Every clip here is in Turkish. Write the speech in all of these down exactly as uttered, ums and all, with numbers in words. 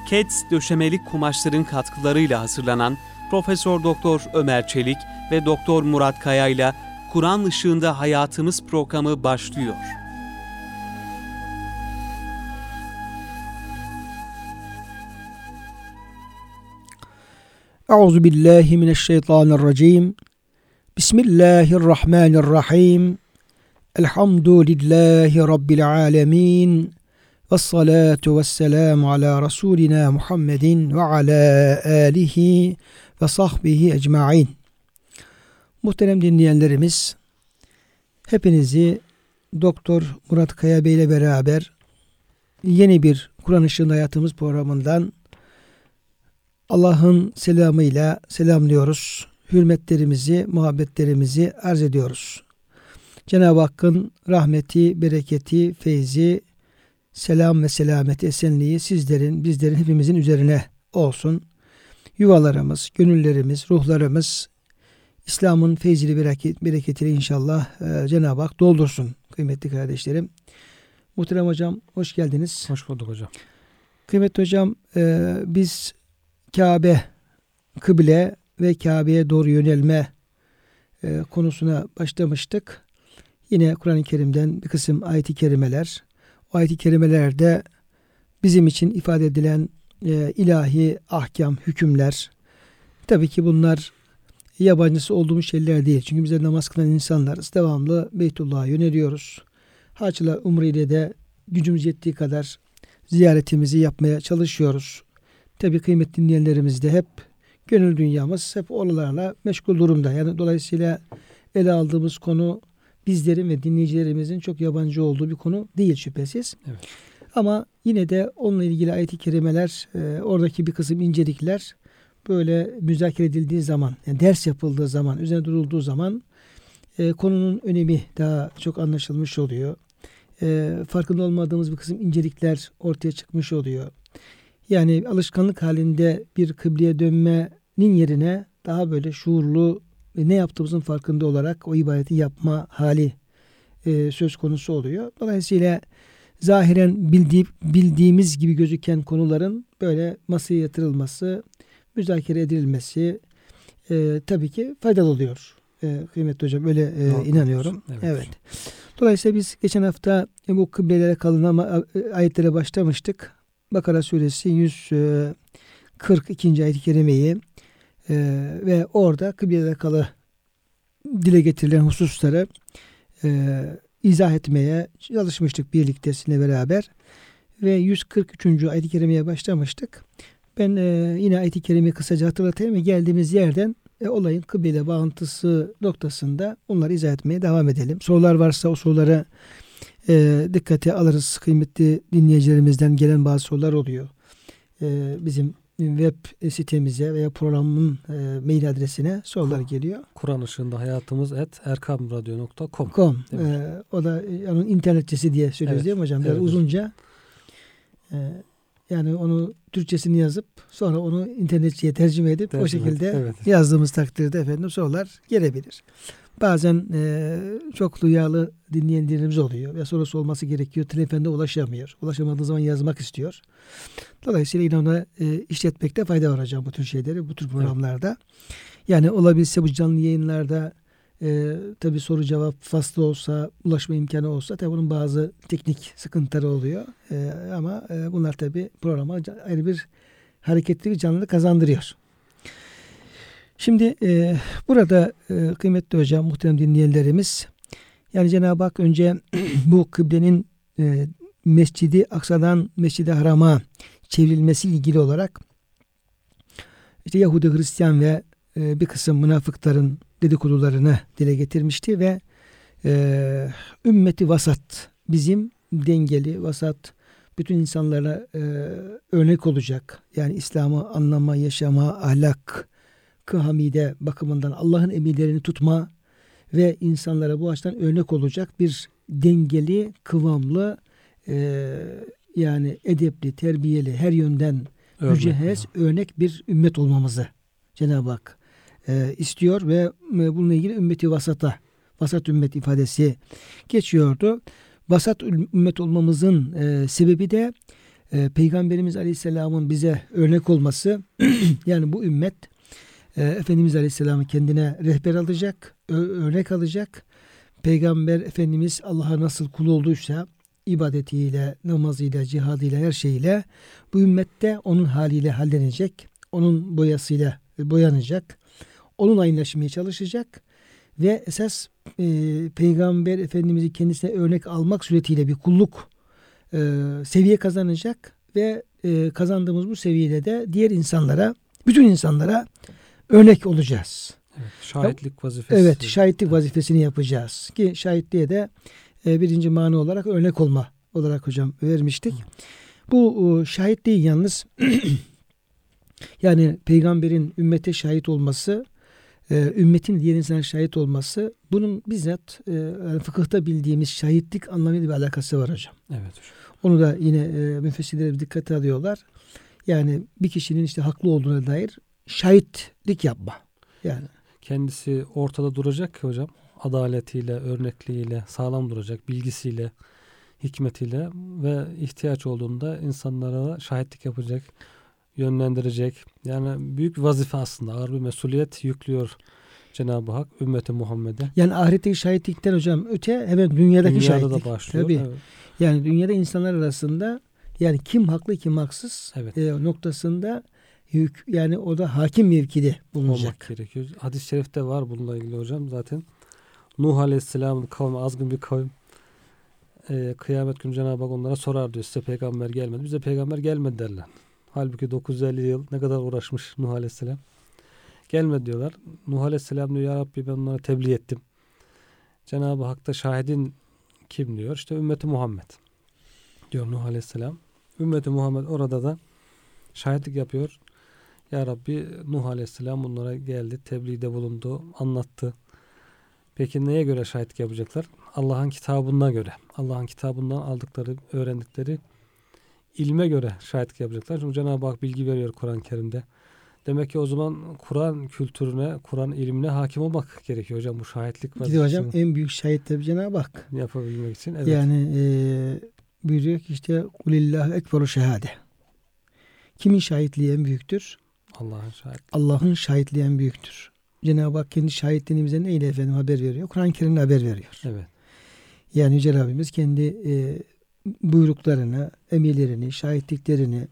Keds döşemeli kumaşların katkılarıyla hazırlanan Profesör Doktor Ömer Çelik ve Doktor Murat Kaya ile Kur'an Işığında Hayatımız programı başlıyor. Euzubillahimineşşeytanirracim. Bismillahirrahmanirrahim. Elhamdülillahi Rabbil alemin. Vessalatu vesselamu ala Resulina Muhammedin ve ala alihi ve sahbihi ecmain. Muhterem dinleyenlerimiz, hepinizi Doktor Murat Kaya Bey ile beraber yeni bir Kur'an Işığında Hayatımız programından Allah'ın selamıyla selamlıyoruz. Hürmetlerimizi, muhabbetlerimizi arz ediyoruz. Cenab-ı Hakk'ın rahmeti, bereketi, feyzi, selam ve selameti, esenliği sizlerin, bizlerin, hepimizin üzerine olsun. Yuvalarımız, gönüllerimiz, ruhlarımız İslam'ın feyzili bereket, bereketiyle inşallah e, Cenab-ı Hak doldursun kıymetli kardeşlerim. Muhterem hocam, hoş geldiniz. Hoş bulduk hocam. Kıymetli hocam, e, biz Kabe, kıble ve Kabe'ye doğru yönelme e, konusuna başlamıştık. Yine Kur'an-ı Kerim'den bir kısım ayet-i kerimeler, o ayet-i kerimelerde bizim için ifade edilen e, ilahi ahkam, hükümler, tabii ki bunlar yabancısı olduğumuz şeyler değil. Çünkü bize namaz kılan insanlarız. Devamlı Beytullah'a yöneliyoruz. Haçla, umreyle de gücümüz yettiği kadar ziyaretimizi yapmaya çalışıyoruz. Tabii kıymetli dinleyenlerimiz de hep gönül dünyamız hep oralarla meşgul durumda. Yani dolayısıyla ele aldığımız konu bizlerin ve dinleyicilerimizin çok yabancı olduğu bir konu değil şüphesiz. Evet. Ama yine de onunla ilgili ayet-i kerimeler, e, oradaki bir kısım incelikler böyle müzakere edildiği zaman, yani ders yapıldığı zaman, üzerine durulduğu zaman e, konunun önemi daha çok anlaşılmış oluyor. E, farkında olmadığımız bir kısım incelikler ortaya çıkmış oluyor. Yani alışkanlık halinde bir kıbleye dönmenin yerine daha böyle şuurlu ve ne yaptığımızın farkında olarak o ibadeti yapma hali e, söz konusu oluyor. Dolayısıyla zahiren bildiği, bildiğimiz gibi gözüken konuların böyle masaya yatırılması, müzakere edilmesi e, tabii ki faydalı oluyor. E, kıymetli hocam, öyle e, inanıyorum. Evet. evet. Dolayısıyla biz geçen hafta e, bu kıblelere kalınma ayetlere başlamıştık. Bakara suresi yüz kırk ikinci ayet-i kerimeyi e, ve orada kıblelere kalı dile getirilen hususları e, izah etmeye çalışmıştık birlikte sizinle beraber. Ve yüz kırk üçüncü ayet-i kerimeye başlamıştık. Ben e, yine ayet-i kerimeyi kısaca hatırlatayım ve geldiğimiz yerden e, olayın kıble bağıntısı noktasında onları izah etmeye devam edelim. Sorular varsa o soruları e, dikkate alırız. Kıymetli dinleyicilerimizden gelen bazı sorular oluyor. E, bizim web sitemize veya programın e, mail adresine sorular geliyor. Kur'an Işığında Hayatımız et erkamradyo nokta com. Com. E, o da onun internetçesi diye söylüyoruz, evet. değil mi hocam? Biraz evet. uzunca. E, yani onu Türkçesini yazıp sonra onu internetçiye tercüme edip tercüme o şekilde evet. yazdığımız takdirde efendim sorular gelebilir. Bazen e, çok duyarlı dinleyenlerimiz oluyor ve sorusu olması gerekiyor. Telefonda ulaşamıyor. Ulaşamadığı zaman yazmak istiyor. Dolayısıyla yine ona e, işletmekte fayda var hocam bu tür şeyleri, bu tür programlarda. Evet. Yani olabilse bu canlı yayınlarda e, tabii soru cevap faslı olsa, ulaşma imkanı olsa tabii bunun bazı teknik sıkıntıları oluyor. E, ama e, bunlar tabii programa ayrı bir hareketli bir canlılık kazandırıyor. Şimdi e, burada e, kıymetli hocam, muhterem dinleyenlerimiz, yani Cenab-ı Hak önce bu kıblenin e, Mescid-i Aksa'dan Mescid-i Haram'a çevrilmesi ilgili olarak işte Yahudi, Hristiyan ve e, bir kısım münafıkların dedikodularını dile getirmişti ve e, ümmeti vasat, bizim dengeli, vasat, bütün insanlara e, örnek olacak, yani İslam'ı anlama, yaşama, ahlak, hamide bakımından Allah'ın emirlerini tutma ve insanlara bu açıdan örnek olacak bir dengeli, kıvamlı, e, yani edepli, terbiyeli, her yönden mücehhez, örnek bir ümmet olmamızı Cenab-ı Hak e, istiyor ve bununla ilgili ümmeti vasata, vasat ümmet ifadesi geçiyordu. Vasat ümmet olmamızın e, sebebi de e, Peygamberimiz Aleyhisselam'ın bize örnek olması yani bu ümmet e, Efendimiz Aleyhisselam'ı kendine rehber alacak, ö- örnek alacak. Peygamber Efendimiz Allah'a nasıl kul olduysa ibadetiyle, namazıyla, cihadıyla, her şeyiyle bu ümmette onun haliyle hallenecek. Onun boyasıyla boyanacak. Onun aynılaşmaya çalışacak. Ve esas e, Peygamber Efendimiz'i kendisine örnek almak suretiyle bir kulluk e, seviye kazanacak. Ve e, kazandığımız bu seviyede de diğer insanlara, bütün insanlara örnek olacağız. Evet, şahitlik vazifesi. Evet, şahitlik vazifesini yapacağız. Ki şahitliğe de e, birinci mani olarak örnek olma olarak hocam vermiştik. Hı. Bu e, şahitliği yalnız yani peygamberin ümmete şahit olması, e, ümmetin diğer insana şahit olması, bunun bizzat e, yani fıkıhta bildiğimiz şahitlik anlamıyla bir alakası var hocam. Evet hocam. Onu da yine e, müfessirler dikkate alıyorlar. Yani bir kişinin işte haklı olduğuna dair şahitlik yapma. Yani kendisi ortada duracak ki hocam, adaletiyle, örnekliğiyle, sağlam duracak, bilgisiyle, hikmetiyle ve ihtiyaç olduğunda insanlara şahitlik yapacak, yönlendirecek. Yani büyük bir vazife aslında, ağır bir mesuliyet yüklüyor Cenab-ı Hak ümmeti Muhammed'e. Yani ahiretteki şahitlikten hocam öte hemen dünyadaki Dünyada şahitlik. da başlıyor. Tabii. Evet. Yani dünyada insanlar arasında yani kim haklı kim haksız Evet. e, noktasında hük, yani o da hakim mevkide bulunacak. Olmak gerekiyor. Hadis-i şerifte var bununla ilgili hocam zaten. Nuh Aleyhisselam'ın kavmi azgın bir kavim. Ee, kıyamet günü Cenab-ı Hak onlara sorar diyor, size peygamber gelmedi. Bize peygamber gelmedi derler. Halbuki dokuz yüz elli yıl ne kadar uğraşmış Nuh Aleyhisselam. Gelmedi diyorlar. Nuh Aleyhisselam diyor, ya Rabbi ben onlara tebliğ ettim. Cenab-ı Hak da şahidin kim diyor? İşte ümmeti Muhammed diyor Nuh Aleyhisselam. Ümmeti Muhammed orada da şahitlik yapıyor. Ya Rabbi Nuh Aleyhisselam bunlara geldi, tebliğde bulundu, anlattı. Peki neye göre şahitlik yapacaklar? Allah'ın kitabına göre. Allah'ın kitabından aldıkları, öğrendikleri ilme göre şahitlik yapacaklar. Çünkü Cenab-ı Hak bilgi veriyor Kur'an-ı Kerim'de. Demek ki o zaman Kur'an kültürüne, Kur'an ilmine hakim olmak gerekiyor hocam, bu şahitlik vazifesini. Hocam en büyük şahit tabi Cenab-ı Hak. Yapabilmek için. Evet. Yani e, buyuruyor ki işte kulillahu ekberu şehade. Kimin şahitliği en büyüktür? Allah'ın şahitliği. Allah'ın şahitliği en büyüktür. Cenab-ı Hak kendi şahitliğini bize neyle efendim haber veriyor? Kur'an-ı Kerim'le haber veriyor. Evet. Yani Yüce Rabbimiz kendi e, buyruklarını, emirlerini, şahitliklerini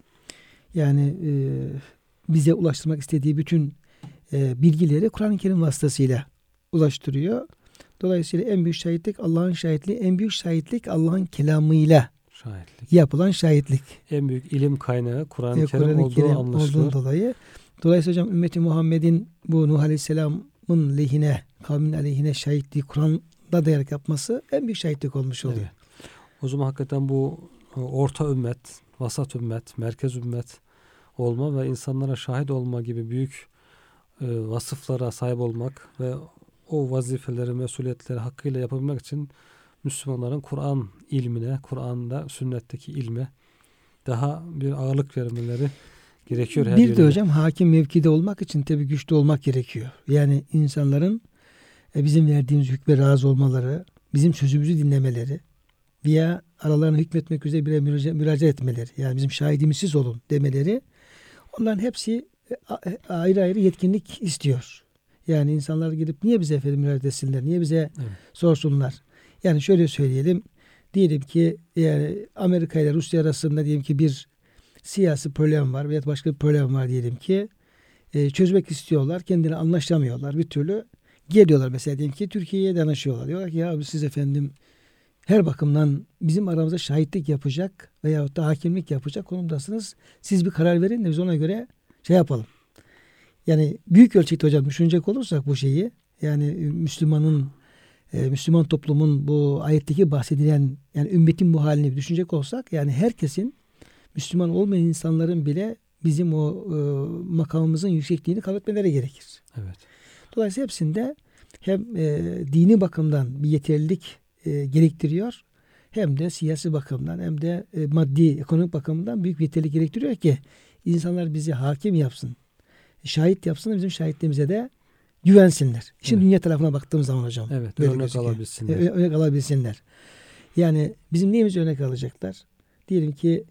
yani e, bize ulaştırmak istediği bütün e, bilgileri Kur'an-ı Kerim vasıtasıyla ulaştırıyor. Dolayısıyla en büyük şahitlik Allah'ın şahitliği, en büyük şahitlik Allah'ın kelamıyla şahitlik. yapılan şahitlik. En büyük ilim kaynağı Kur'an-ı e, Kerim Kur'an-ı olduğu Kerim anlaşılıyor. olduğu dolayı. Dolayısıyla hocam ümmeti Muhammed'in bu Nuh Aleyhisselam'ın lehine, kavmin aleyhine şahitliği Kur'an'da dayarak yapması en büyük şahitlik olmuş oluyor. Evet. O zaman hakikaten bu orta ümmet, vasat ümmet, merkez ümmet olma ve insanlara şahit olma gibi büyük e, vasıflara sahip olmak ve o vazifeleri, mesuliyetleri hakkıyla yapabilmek için Müslümanların Kur'an ilmine, Kur'an'da, sünnetteki ilme daha bir ağırlık vermeleri gerekiyor. Her bir yönde. de hocam hakim mevkide olmak için tabii güçlü olmak gerekiyor. Yani insanların e, bizim verdiğimiz hükme razı olmaları, bizim sözümüzü dinlemeleri veya aralarına hükmetmek üzere bir müraca- müracaat etmeleri, yani bizim şahidimiz siz olun demeleri, onların hepsi ayrı ayrı yetkinlik istiyor. Yani insanlar gidip niye bize efendim müracaat etsinler, niye bize evet. sorsunlar. Yani şöyle söyleyelim, diyelim ki yani Amerika ile Rusya arasında diyelim ki bir siyasi problem var veya başka bir problem var diyelim ki e, çözmek istiyorlar, kendini anlaşamıyorlar bir türlü. Geliyorlar mesela diyelim ki Türkiye'ye danışıyorlar. Diyorlar ki ya siz efendim her bakımdan bizim aramızda şahitlik yapacak veyahut da hakimlik yapacak konumdasınız. Siz bir karar verin de biz ona göre şey yapalım. Yani büyük ölçekte hocam düşünecek olursak bu şeyi, yani Müslümanın, e, Müslüman toplumun bu ayetteki bahsedilen yani ümmetin bu halini düşünecek olsak, yani herkesin, Müslüman olmayan insanların bile bizim o e, makamımızın yüksekliğini kabul etmeleri gerekir. Evet. Dolayısıyla hepsinde hem e, dini bakımdan bir yeterlilik e, gerektiriyor, hem de siyasi bakımdan hem de e, maddi, ekonomik bakımdan büyük bir yeterlilik gerektiriyor ki insanlar bizi hakim yapsın, şahit yapsın da bizim şahitliğimize de güvensinler. Şimdi evet. dünya tarafına baktığımız zaman hocam. Evet, böyle örnek gözüküyor. alabilsinler. E, örnek alabilsinler. Yani bizim neyimiz örnek alacaklar? Diyelim ki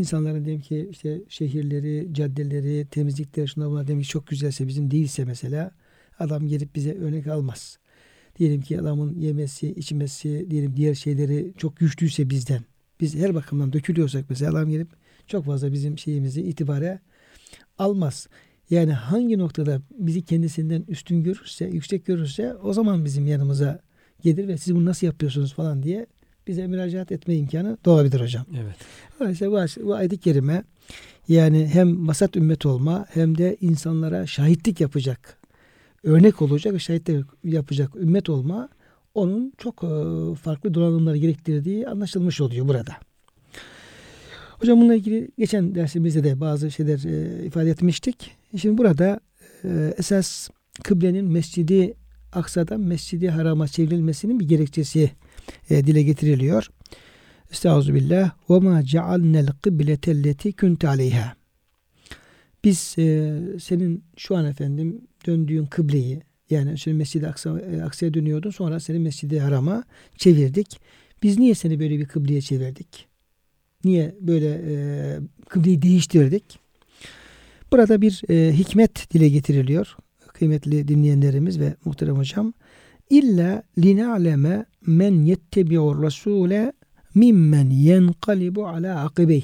insanların diyelim ki işte şehirleri, caddeleri, temizlikleri, şunlar bunlar diyelim ki çok güzelse, bizim değilse mesela adam gelip bize örnek almaz. Diyelim ki adamın yemesi, içmesi, diyelim diğer şeyleri çok güçlüyse bizden, biz her bakımdan dökülüyorsak mesela adam gelip çok fazla bizim şeyimizi itibara almaz. Yani hangi noktada bizi kendisinden üstün görürse, yüksek görürse o zaman bizim yanımıza gelir ve siz bunu nasıl yapıyorsunuz falan diye bize müracaat etme imkanı doğabilir hocam. Evet. Dolayısıyla bu, bu ayet-i kerime yani hem vasat ümmet olma hem de insanlara şahitlik yapacak, örnek olacak ve şahitlik yapacak ümmet olma, onun çok farklı donanımları gerektirdiği anlaşılmış oluyor burada. Hocam bununla ilgili geçen dersimizde de bazı şeyler e, ifade etmiştik. Şimdi burada e, esas kıblenin Mescid-i Aksa'dan Mescid-i Haram'a çevrilmesinin bir gerekçesi e, dile getiriliyor. Estağfirullah. Ve ma cealnel kıbletelleti kunte aleyha. Biz e, senin şu an efendim döndüğün kıbleyi, yani şimdi Mescid-i Aksa, e, Aksa'ya dönüyordun, sonra seni Mescid-i Haram'a çevirdik. Biz niye seni böyle bir kıbleye çevirdik? Niye böyle e, kıbleyi değiştirdik? Burada bir e, hikmet dile getiriliyor. Kıymetli dinleyenlerimiz ve muhterem hocam. İlla lina'leme men yettebi'ur rasule mimmen yenqalibu ala akibeyh.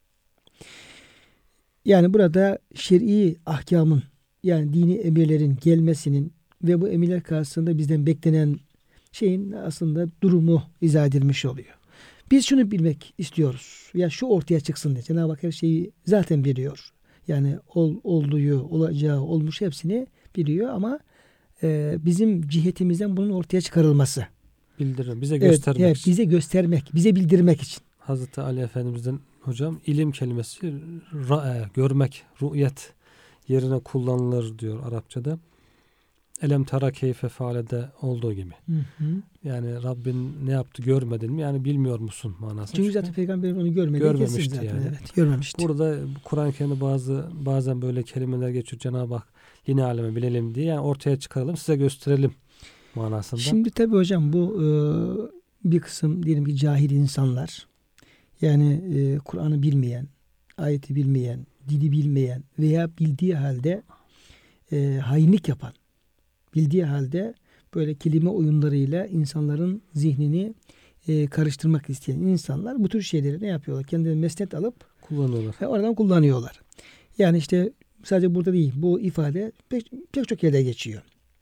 Yani burada şer'i ahkamın, yani dini emirlerin gelmesinin ve bu emirler karşısında bizden beklenen şeyin aslında durumu izah edilmiş oluyor. Biz şunu bilmek istiyoruz. Ya şu ortaya çıksın diye. Cenab-ı Hak her şeyi zaten biliyor. Yani ol, olduğu, olacağı, olmuş hepsini biliyor ama e, bizim cihetimizden bunun ortaya çıkarılması. Bildirim, bize evet, göstermek evet, için. bize göstermek, bize bildirmek için. Hazreti Ali Efendimiz'den hocam ilim kelimesi ra'e, görmek, ru'yet yerine kullanılır diyor Arapçada. Elem tara keyfe faalede olduğu gibi. Hı hı. Yani Rabbin ne yaptı görmedin mi? Yani bilmiyor musun manasında. Çünkü zaten Peygamberin onu görmedi. Görmemişti zaten, yani. Evet, görmemişti. Burada Kur'an-ı Kerim'de bazı bazen böyle kelimeler geçiyor. Cenab-ı Hak yine aleme bilelim diye. Yani ortaya çıkaralım, size gösterelim manasında. Şimdi tabii hocam bu e, bir kısım diyelim ki cahil insanlar, yani e, Kur'an'ı bilmeyen, ayeti bilmeyen, dili bilmeyen veya bildiği halde e, hainlik yapan, bildiği halde böyle kelime oyunlarıyla insanların zihnini e, karıştırmak isteyen insanlar bu tür şeyleri ne yapıyorlar? Kendilerine mesnet alıp kullanıyorlar. Ve oradan kullanıyorlar. Yani işte sadece burada değil, bu ifade pek, pek çok yerde geçiyor.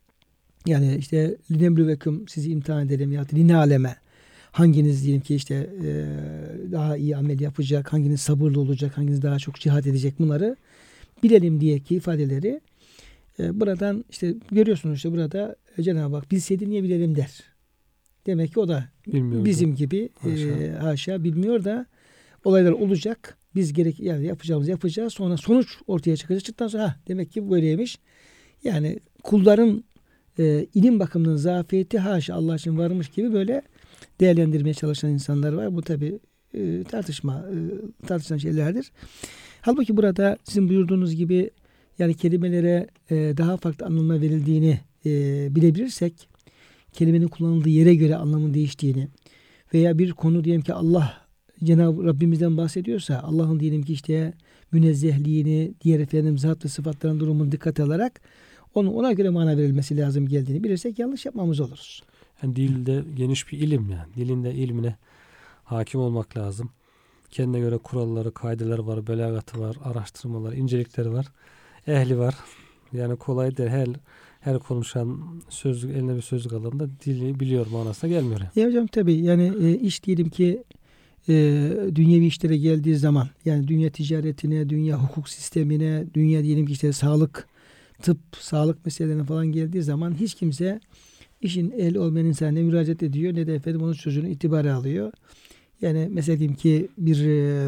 Yani işte linemlüveküm, sizi imtihan edelim ya da linaleme, hanginiz diyelim ki işte e, daha iyi amel yapacak, hanginiz sabırlı olacak, hanginiz daha çok cihat edecek, bunları bilelim diye ki ifadeleri e, buradan işte görüyorsunuz, işte burada Cenab-ı Hak bilseydi niye bilelim der. Demek ki o da bilmiyordu. Bizim gibi haşa. E, haşa bilmiyor da olaylar olacak. Biz gerek yani yapacağımızı yapacağız. Sonra sonuç ortaya çıkacak. Çıktıktan sonra ha, demek ki böyleymiş. Yani kulların e, ilim bakımının zafiyeti haşa Allah için varmış gibi böyle değerlendirmeye çalışan insanlar var. Bu tabi e, tartışma e, tartışılan şeylerdir. Halbuki burada sizin buyurduğunuz gibi yani kelimelere e, daha farklı anlamlar verildiğini e, bilebilirsek, kelimenin kullanıldığı yere göre anlamın değiştiğini veya bir konu diyelim ki Allah Cenab-ı Rabbimizden bahsediyorsa Allah'ın diyelim ki işte münezzehliğini, diğer efendim zat ve sıfatların durumunu dikkate alarak onu ona göre mana verilmesi lazım geldiğini bilirsek yanlış yapmamız oluruz. Yani dilde geniş bir ilim yani. Dilinde ilmine hakim olmak lazım. Kendine göre kuralları, kaideleri var, belagatı var, araştırmalar, incelikleri var. Ehli var. Yani kolay değil. Her her konuşan sözlük, eline bir sözlük alanında dili biliyor manasına gelmiyor. Yani. Ya hocam tabii yani e, iş diyelim ki e, dünyevi işlere geldiği zaman, yani dünya ticaretine, dünya hukuk sistemine, dünya diyelim ki işte sağlık, tıp, sağlık meselelerine falan geldiği zaman hiç kimse işin ehli olmayan insana ne müracaat ediyor ne de efendim onun sözünü itibara alıyor. Yani mesela diyelim ki bir e,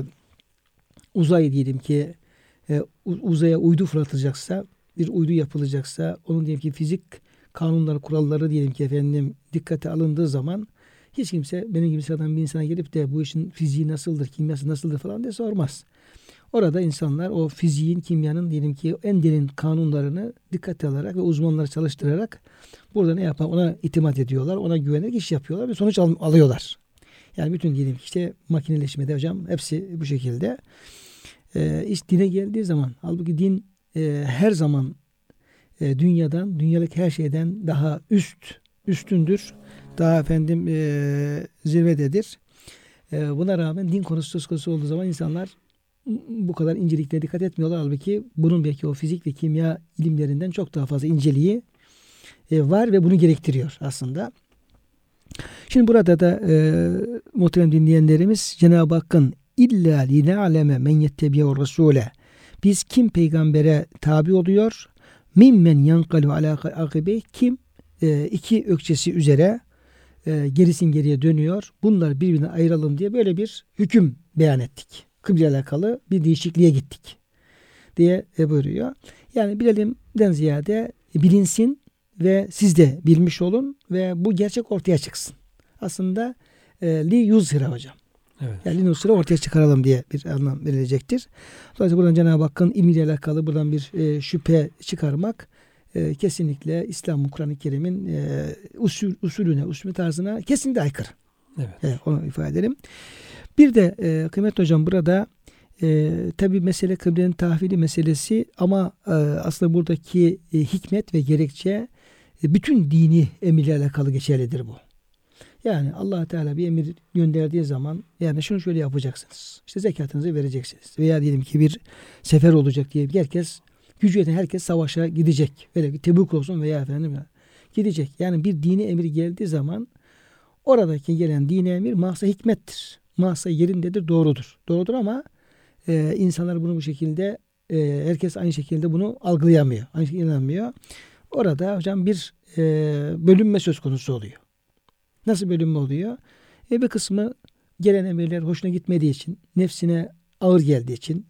uzay diyelim ki e, uzaya uydu fırlatılacaksa, bir uydu yapılacaksa onun diyelim ki fizik kanunları, kuralları diyelim ki efendim dikkate alındığı zaman hiç kimse benim gibi sıradan bir insana gelip de bu işin fiziği nasıldır, kimyası nasıldır falan diye sormaz. Orada insanlar o fiziğin, kimyanın diyelim ki en derin kanunlarını dikkate alarak ve uzmanları çalıştırarak burada ne yapar? Ona itimat ediyorlar, ona güvenerek iş yapıyorlar ve sonuç al- alıyorlar. Yani bütün diyelim ki işte makineleşmede hocam hepsi bu şekilde. Ee, iş dine geldiği zaman halbuki din e, her zaman e, dünyadan, dünyalık her şeyden daha üst, üstündür. Daha efendim e, zirvededir. E, buna rağmen din konusu söz konusu olduğu zaman insanlar bu kadar inceliklere dikkat etmiyorlar. Halbuki bunun belki o fizik ve kimya ilimlerinden çok daha fazla inceliği e, var ve bunu gerektiriyor aslında. Şimdi burada da e, muhterem dinleyenlerimiz Cenab-ı Hakk'ın illa lina'leme men yettebi'ur rasule, biz kim peygambere tabi oluyor, mimmen yankalu ala akibe, kim e, iki ökçesi üzere e, gerisin geriye dönüyor, bunlar birbirine ayıralım diye böyle bir hüküm beyan ettik. Kıble alakalı bir değişikliğe gittik diye e, buyuruyor. Yani bilelimden ziyade bilinsin ve siz de bilmiş olun ve bu gerçek ortaya çıksın. Aslında e, li yuzhira hocam. Evet. Yani li yuzhira ortaya çıkaralım diye bir anlam verilecektir. Dolayısıyla buradan Cenab-ı Hakk'ın ilmiyle alakalı buradan bir e, şüphe çıkarmak e, kesinlikle İslam'ın, Kur'an-ı Kerim'in e, usul, usulüne, usulü tarzına kesinlikle aykırı. Evet. Evet, onu ifade edelim. Bir de e, kıymetli hocam burada e, tabi mesele kıblenin tahvili meselesi ama e, aslında buradaki e, hikmet ve gerekçe e, bütün dini emirle alakalı geçerlidir bu. Yani Allah Teala bir emir gönderdiği zaman yani şunu şöyle yapacaksınız. İşte zekatınızı vereceksiniz. Veya diyelim ki bir sefer olacak diye herkes gücü yeten herkes savaşa gidecek. Öyle ki Tebuk olsun veya efendim ya, gidecek. Yani bir dini emir geldiği zaman oradaki gelen dini emir mahsa hikmettir. Mahsa yerindedir, doğrudur. Doğrudur ama e, insanlar bunu bu şekilde e, herkes aynı şekilde bunu algılayamıyor. Aynı şekilde inanmıyor. Orada hocam bir e, bölünme söz konusu oluyor. Nasıl bölünme oluyor? E, bir kısmı gelen emirler hoşuna gitmediği için, nefsine ağır geldiği için,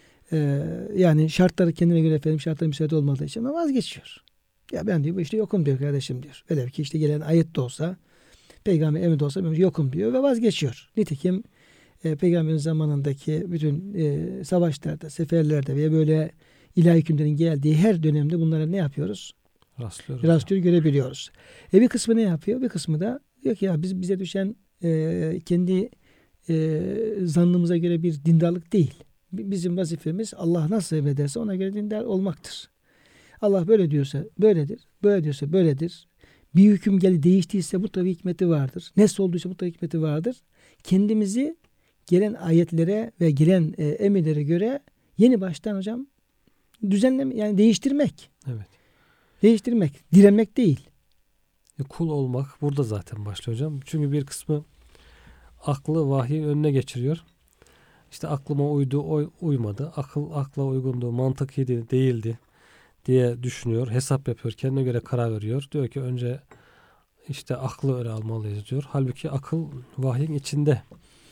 e, yani şartları kendine göre efendim şartları müsait olmadığı için vazgeçiyor. Ya ben diyor bu işte yokum diyor kardeşim diyor. Velev ki işte gelen ayet de olsa, peygamber emri de olsa ben yokum diyor ve vazgeçiyor. Nitekim e, peygamberin zamanındaki bütün e, savaşlarda, seferlerde veya böyle ilahi hükümlerin geldiği her dönemde bunlara ne yapıyoruz? Rastlıyoruz. Rastlıyor, görebiliyoruz. E bir kısmı ne yapıyor? Bir kısmı da diyor ki ya biz bize düşen e, kendi e, zannımıza göre bir dindarlık değil. Bizim vazifemiz Allah nasıl emrederse ona göre dindar olmaktır. Allah böyle diyorsa böyledir, böyle diyorsa böyledir. Bir hüküm geldi değiştiyse bu tabi hikmeti vardır. Nasıl olduysa bu tabi hikmeti vardır. Kendimizi gelen ayetlere ve gelen e, emirlere göre yeni baştan hocam düzenleme yani değiştirmek. Evet. Değiştirmek, direnmek değil. E, kul olmak burada zaten başlıyor hocam. Çünkü bir kısmı aklı vahyin önüne geçiriyor. İşte aklıma uydu, oy, uymadı. Akıl akla uygundu, mantık iyiydi, değildi diye düşünüyor. Hesap yapıyor. Kendine göre karar veriyor. Diyor ki önce işte aklı öyle almalıyız diyor. Halbuki akıl vahyin içinde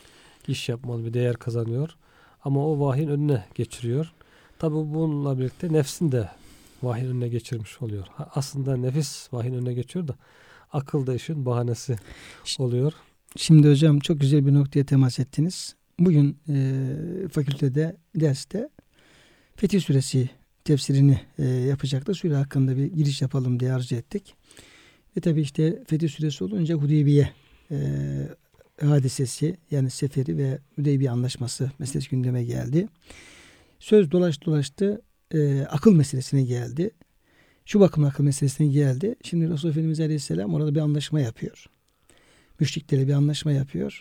iş yapmalı, bir değer kazanıyor. Ama o vahyin önüne geçiriyor. Tabi bununla birlikte nefsin de vahyin önüne geçirmiş oluyor. Aslında nefis vahyin önüne geçiyor da akıl da işin bahanesi oluyor. Şimdi hocam çok güzel bir noktaya temas ettiniz. Bugün e, fakültede derste Fetih Suresi tefsirini e, yapacaktı. Sure hakkında bir giriş yapalım diye arzu ettik. Ve tabi işte Fetih Suresi olunca Hudeybiye e, hadisesi yani seferi ve Hudeybiye anlaşması meselesi gündeme geldi. Söz dolaş dolaştı e, akıl meselesine geldi. Şu bakımdan akıl meselesine geldi. Şimdi Resulullah Efendimiz Aleyhisselam orada bir anlaşma yapıyor. Müşriklere bir anlaşma yapıyor.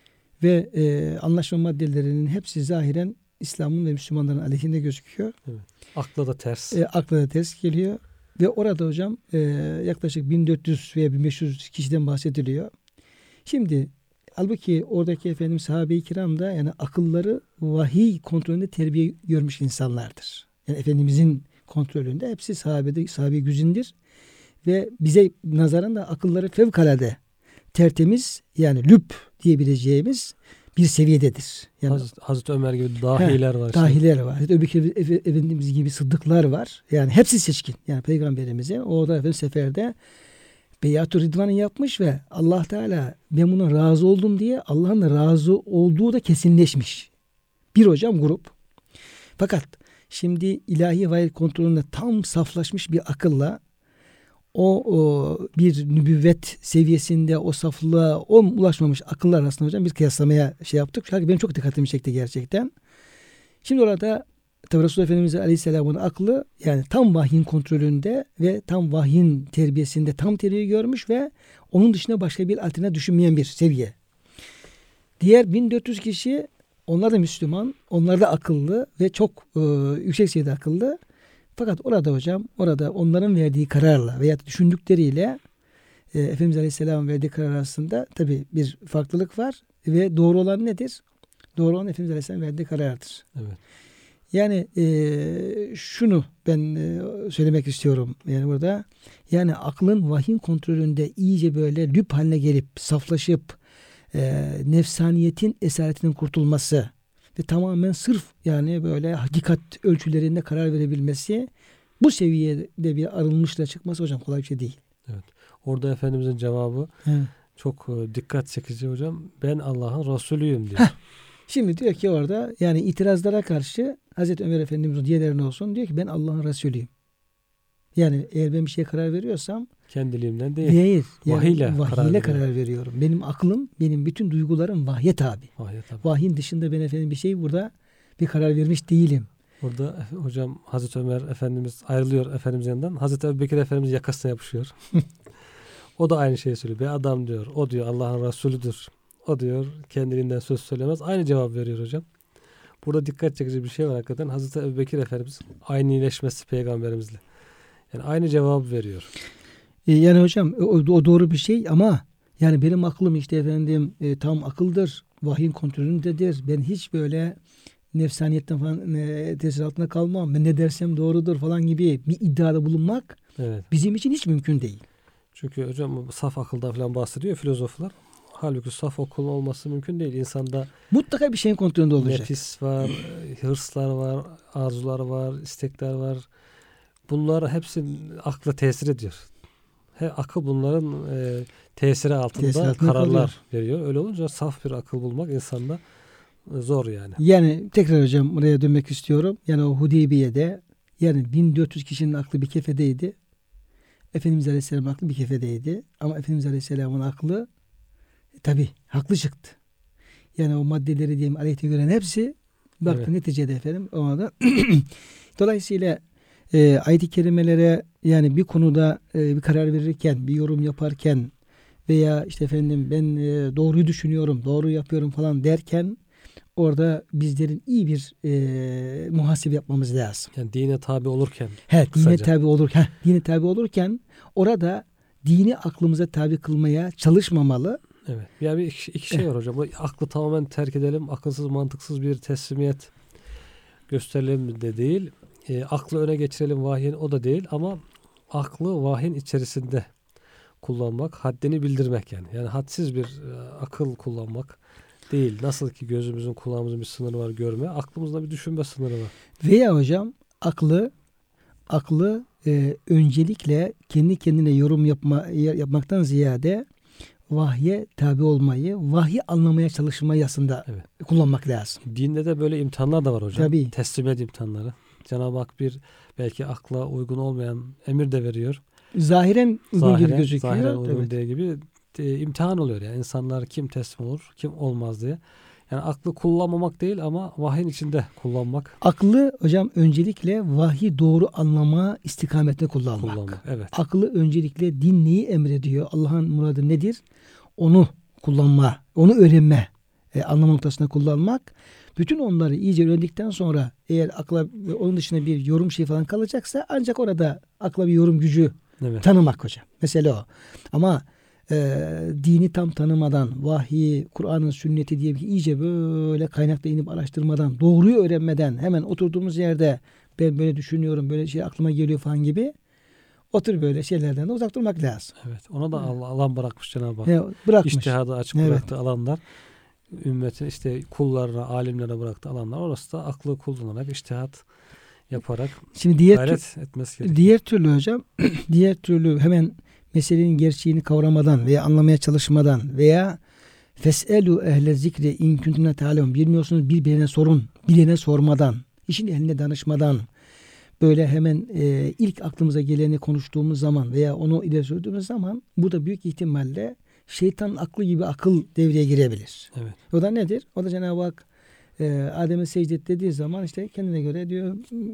Ve e, anlaşma maddelerinin hepsi zahiren İslam'ın ve Müslümanların aleyhinde gözüküyor. Evet. Akla da ters. E, akla da ters geliyor. Ve orada hocam e, yaklaşık bin dört yüz veya bin beş yüz kişiden bahsediliyor. Şimdi halbuki oradaki efendim sahabe-i kiram da yani akılları vahiy kontrolünde terbiye görmüş insanlardır. Yani Efendimizin kontrolünde hepsi sahabede, sahabe-i güzindir. Ve bize nazaran da akılları fevkalade tertemiz yani lüb diyebileceğimiz bir seviyededir. Yani Hazreti, Hazreti Ömer gibi dahiler he, var. Dahiler var. Hazreti Ebubekir Efendimiz gibi sıddıklar var. Yani hepsi seçkin. Yani Peygamberimize orada efendim seferde Beyat-ı Ridvan'ı yapmış ve Allah Teala ben buna razı oldum diye Allah'ın da razı olduğu da kesinleşmiş. Bir hocam grup. Fakat şimdi ilahi vahiy kontrolünde tam saflaşmış bir akılla o, o bir nübüvvet seviyesinde o saflığa o ulaşmamış akıllar arasında hocam bir kıyaslamaya şey yaptık. Çünkü benim çok dikkatimi çekti gerçekten. Şimdi orada tabi Resulullah Efendimiz Aleyhisselam'ın aklı yani tam vahyin kontrolünde ve tam vahyin terbiyesinde tam terbiye görmüş ve onun dışında başka bir alternatif düşünmeyen bir seviye. Diğer bin dört yüz kişi onlar da Müslüman, onlar da akıllı ve çok e, yüksek seviyede akıllı. Fakat orada hocam, orada onların verdiği kararla veya düşündükleriyle e, Efendimiz Aleyhisselam'ın verdiği karar arasında tabi bir farklılık var ve doğru olan nedir? Doğru olan Efendimiz Aleyhisselam'ın verdiği karardır. Evet. Yani e, şunu ben e, söylemek istiyorum yani burada. Yani aklın vahyin kontrolünde iyice böyle lüp haline gelip saflaşıp e, nefsaniyetin esaretinden kurtulması ve tamamen sırf yani böyle hakikat ölçülerinde karar verebilmesi, bu seviyede bir arınmışla çıkması hocam kolay bir şey değil. Evet. Orada Efendimizin cevabı Evet. çok dikkat çekici hocam. Ben Allah'ın Resulüyüm diyor. Heh. Şimdi diyor ki orada yani itirazlara karşı Hazreti Ömer Efendimiz'in diğerlerine olsun diyor ki ben Allah'ın Resulüyüm. Yani eğer ben bir şeye karar veriyorsam kendiliğimden değil. Değil. Yani vahiyle, vahiyle karar, karar veriyorum. Benim aklım, benim bütün duygularım vahye tabi. Vahye tabi. Vahyin dışında ben efendim bir şey burada bir karar vermiş değilim. Burada hocam Hazreti Ömer Efendimiz ayrılıyor Efendimiz yanından. Hazreti Ebubekir Efendimiz yakasına yapışıyor. O da aynı şeyi söylüyor. Be adam diyor. O diyor Allah'ın Resulüdür. O diyor kendiliğinden söz söylemez. Aynı cevap veriyor hocam. Burada dikkat çekici bir şey var hakikaten. Hazreti Ebubekir Efendimiz aynileşmesi peygamberimizle. Yani aynı cevabı veriyor. E, yani hocam o, o doğru bir şey ama yani benim aklım işte efendim e, tam akıldır. Vahyin kontrolündedir. Ben hiç böyle nefsaniyetten falan e, tesir altında kalmam. Ben ne dersem doğrudur falan gibi bir iddiada bulunmak evet. bizim için hiç mümkün değil. Çünkü hocam saf akılda falan bahsediyor filozoflar. Halbuki saf akıl olması mümkün değil. İnsanda mutlaka bir şeyin kontrolünde olacak. Nefis var, hırslar var, arzular var, istekler var. Bunlar hepsi akla tesir ediyor. He, akıl bunların e, tesiri altında Tesir altında kararlar kalıyor. veriyor. Öyle olunca saf bir akıl bulmak insanda e, zor yani. Yani tekrar hocam buraya dönmek istiyorum. Yani o Hudeybiye'de yani bin dört yüz kişinin aklı bir kefedeydi. Efendimiz Aleyhisselam'ın aklı bir kefedeydi. Ama Efendimiz Aleyhisselam'ın aklı e, tabi haklı çıktı. Yani o maddeleri diyeyim aleyhte gören hepsi baktı evet. Neticede efendim ona da dolayısıyla e, ayet-i kerimelere yani bir konuda e, bir karar verirken, bir yorum yaparken veya işte efendim ben e, doğruyu düşünüyorum, doğru yapıyorum falan derken orada bizlerin iyi bir e, muhasebe yapmamız lazım. Yani dine tabi olurken. He, kısaca. dine tabi olurken, dine tabi olurken orada dini aklımıza tabi kılmaya çalışmamalı. Evet. Yani iki, iki şey var hocam. Bu aklı tamamen terk edelim. Akılsız, mantıksız bir teslimiyet gösterelim de değil. E, aklı öne geçirelim vahyin o da değil ama aklı vahyin içerisinde kullanmak, haddini bildirmek yani. Yani hadsiz bir e, akıl kullanmak değil. Nasıl ki gözümüzün, kulağımızın bir sınırı var görme, aklımızda bir düşünme sınırı var. Veya hocam aklı aklı e, öncelikle kendi kendine yorum yapma yapmaktan ziyade vahye tabi olmayı, vahyi anlamaya çalışmayı aslında evet. kullanmak lazım. Dinde de böyle imtihanlar da var hocam. Tabii. Teslimiyet imtihanları. Cenab-ı Hak bir belki akla uygun olmayan emir de veriyor. Zahiren uygun zahiren, gibi gözüküyor. Zahiren uygun evet. diye gibi e, imtihan oluyor yani. İnsanlar kim teslim olur, kim olmaz diye. Yani aklı kullanmamak değil ama vahyin içinde kullanmak. Aklı hocam öncelikle vahyi doğru anlama istikametine kullanmak. kullanmak evet. Aklı öncelikle din neyi emrediyor? Allah'ın muradı nedir? Onu kullanma, onu öğrenme e, anlama noktasında kullanmak. Bütün onları iyice öğrendikten sonra eğer akla onun dışında bir yorum şey falan kalacaksa ancak orada akla bir yorum gücü evet. tanımak hocam. Mesela o. Ama e, dini tam tanımadan, vahyi, Kur'an'ın sünneti diye bir iyice böyle kaynakta inip araştırmadan, doğruyu öğrenmeden hemen oturduğumuz yerde ben böyle düşünüyorum, böyle şey aklıma geliyor falan gibi otur böyle şeylerden de uzak durmak lazım. Evet. Ona da Allah alan bırakmış Cenab-ı Hak. He, bırakmış. İçtihadı açık evet. bıraktı alanlar. Ümmetin işte kullarına, alimlere bıraktı alanlar. Orası da aklı kullanarak, içtihat yaparak Şimdi diğer gayret etmesi gerekiyor. Diğer türlü hocam, diğer türlü hemen meselenin gerçeğini kavramadan veya anlamaya çalışmadan veya feselu ehle zikri in kuntum ta'lemun bilmiyorsunuz birbirine sorun, bilene sormadan, işin ehline danışmadan böyle hemen e, ilk aklımıza geleni konuştuğumuz zaman veya onu ileri sürdüğümüz zaman bu da büyük ihtimalle şeytanın aklı gibi akıl devreye girebilir. Evet. O da nedir? O da Cenab-ı Hak e, Adem'e secde et dediği zaman işte kendine göre diyor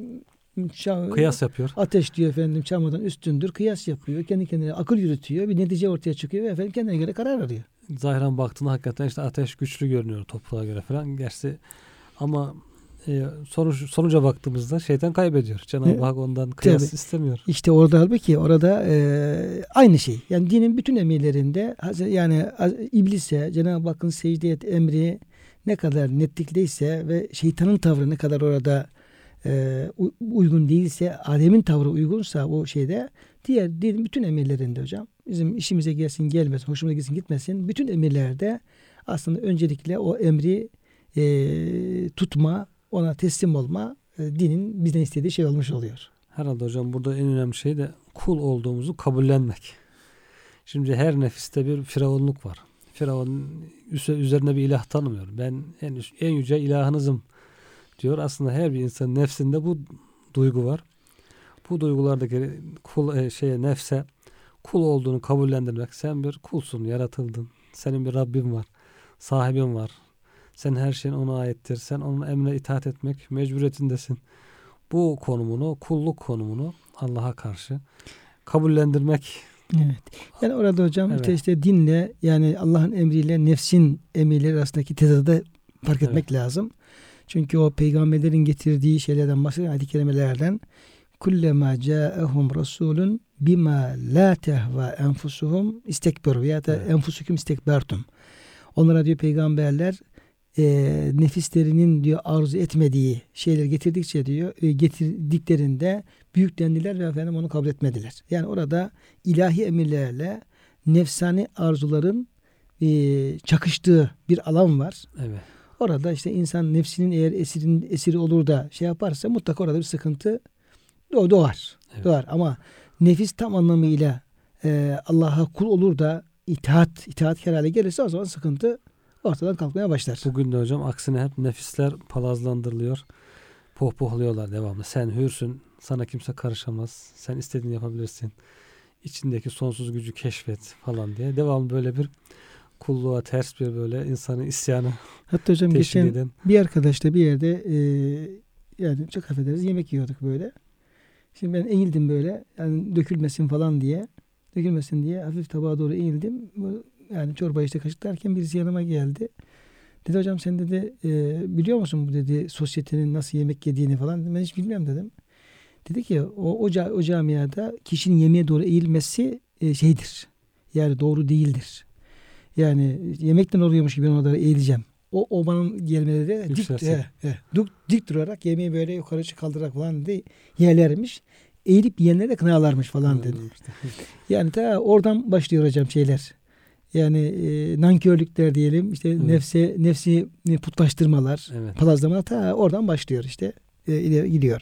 çam, kıyas yapıyor. Ateş diyor efendim çamurdan üstündür. Kıyas yapıyor. Kendi kendine akıl yürütüyor. Bir netice ortaya çıkıyor ve efendim kendine göre karar arıyor. Zahiren baktığında hakikaten işte ateş güçlü görünüyor toprağa göre falan. Gerçi ama e, sonuç, sonuca baktığımızda şeytan kaybediyor. Cenab-ı Hak ondan kıyas Tabii. istemiyor. İşte orada halbuki orada e, aynı şey. Yani dinin bütün emirlerinde yani iblise Cenab-ı Hakk'ın secde et emri ne kadar netlikteyse ve şeytanın tavrı ne kadar orada e, uygun değilse, Adem'in tavrı uygunsa o şeyde diğer dinin bütün emirlerinde hocam bizim işimize gelsin gelmesin, hoşumuza gitsin gitmesin bütün emirlerde aslında öncelikle o emri e, tutma, ona teslim olma e, dinin bizden istediği şey olmuş oluyor. Herhalde hocam burada en önemli şey de kul olduğumuzu kabullenmek. Şimdi her nefiste bir firavunluk var. Firavun üzerine bir ilah tanımıyor. Ben en, en yüce ilahınızım diyor. Aslında her bir insanın nefsinde bu duygu var. Bu duygulardaki kul şeye nefse kul olduğunu kabullendirmek. Sen bir kulsun, yaratıldın. Senin bir Rabbin var. Sahibin var. Sen her şeyin ona aittir. Sen onun emrine itaat etmek mecburiyetindesin. Bu konumunu, kulluk konumunu Allah'a karşı kabullendirmek. Evet. Yani orada hocam Evet. işte, işte dinle yani Allah'ın emriyle nefsin emirleri arasındaki tezadı fark etmek evet. lazım. Çünkü o peygamberlerin getirdiği şeylerden bahseden ayet-i kerimelerden kullema ca'ahum rasulun bima la tehva enfusuhum istekberu veya da evet. enfusukum istekbertum. Onlara diyor peygamberler e, nefislerinin diyor arzu etmediği şeyler getirdikçe diyor e, getirdiklerinde büyüklendiler ve efendim onu kabul etmediler. Yani orada ilahi emirlerle nefsani arzuların e, çakıştığı bir alan var. Evet. Orada işte insan nefsinin eğer esirin, esiri olur da şey yaparsa mutlaka orada bir sıkıntı doğar. Evet. Doğar. Ama nefis tam anlamıyla e, Allah'a kul olur da itaat, itaatkar hale gelirse o zaman sıkıntı ortadan kalkmaya başlar. Bugün de hocam aksine hep nefisler palazlandırılıyor. Pohpohluyorlar devamlı. Sen hürsün. Sana kimse karışamaz. Sen istediğini yapabilirsin. İçindeki sonsuz gücü keşfet falan diye. Devamlı böyle bir kulluğa ters bir böyle insanın isyanı. Hatta hocam geçen eden. bir arkadaşla bir yerde e, yani çok affederiz yemek yiyorduk böyle. Şimdi ben eğildim böyle yani dökülmesin falan diye. Dökülmesin diye hafif tabağa doğru eğildim. Yani çorbayı işte kaşıklarken birisi yanıma geldi. Dedi hocam sen dedi e, biliyor musun bu dedi sosyetenin nasıl yemek yediğini falan. Ben hiç bilmiyorum dedim. Dedi ki o, o, o camiada kişinin yemeğe doğru eğilmesi e, şeydir. Yani doğru değildir. Yani yemekten oluyormuş gibi ben orada eğileceğim. O, o bana gelmeleri dik, he, he, dik, dik durarak yemeği böyle yukarı kaldırarak falan dedi yerlermiş. Eğilip yiyenleri de kınalarmış falan dedi. Yani ta oradan başlıyor hocam şeyler. Yani e, nankörlükler diyelim işte evet. nefse nefsi putlaştırmalar, evet. palazlamalar ta oradan başlıyor işte e, ileri gidiyor.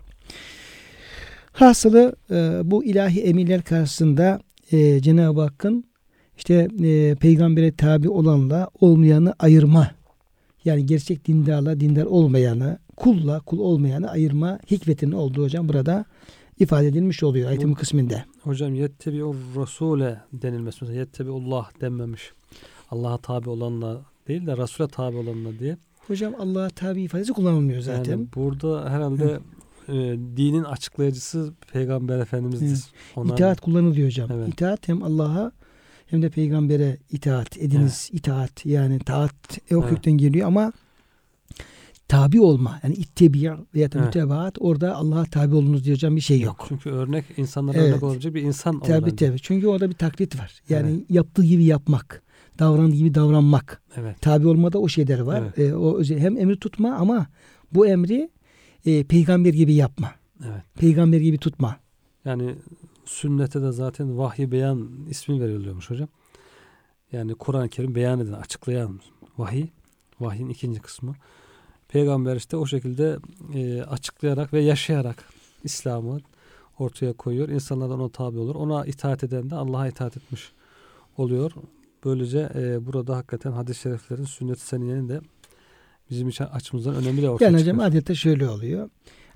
Hasılı e, bu ilahi emirler karşısında e, Cenab-ı Hakk'ın işte e, peygambere tabi olanla olmayanı ayırma. Yani gerçek dindarla dindar olmayanı, kulla kul olmayanı ayırma hikmetinin olduğu hocam burada ifade edilmiş oluyor ayetin bu kısmında. Hocam yettebi'ur rasule denilmesi. Mesela yettebi'ullah denmemiş. Allah'a tabi olanla değil de Resul'e tabi olanla diye. Hocam Allah'a tabi ifadesi kullanılmıyor zaten. Yani burada herhalde e, dinin açıklayıcısı Peygamber Efendimiz'dir. Ona İtaat kullanılıyor hocam. Evet. İtaat hem Allah'a hem de peygambere itaat ediniz. Evet. İtaat yani taat e, o evet. kökten geliyor ama tabi olma yani ittebiya veya da evet. mütebaat orada Allah'a tabi olunuz diyeceğim bir şey yok. Çünkü örnek insanlara evet. örnek olabilecek bir insan tabi tabi. Çünkü orada bir taklit var. Yani evet. yaptığı gibi yapmak, davrandığı gibi davranmak. Evet. Tabi olmada o şeyler var. Evet. E, o özel, hem emri tutma ama bu emri e, peygamber gibi yapma. Evet. Peygamber gibi tutma. Yani sünnete de zaten vahyi beyan ismi veriliyormuş hocam. Yani Kur'an-ı Kerim beyan eden, açıklayan vahiy. Vahyin ikinci kısmı. Peygamber işte o şekilde e, açıklayarak ve yaşayarak İslam'ı ortaya koyuyor. İnsanlar da ona tabi olur. Ona itaat eden de Allah'a itaat etmiş oluyor. Böylece e, burada hakikaten hadis-i şeriflerin sünnet-i seniyenin de bizim için açımızdan önemli de ortaya yani çıkıyor. Yani hocam adeta şöyle oluyor.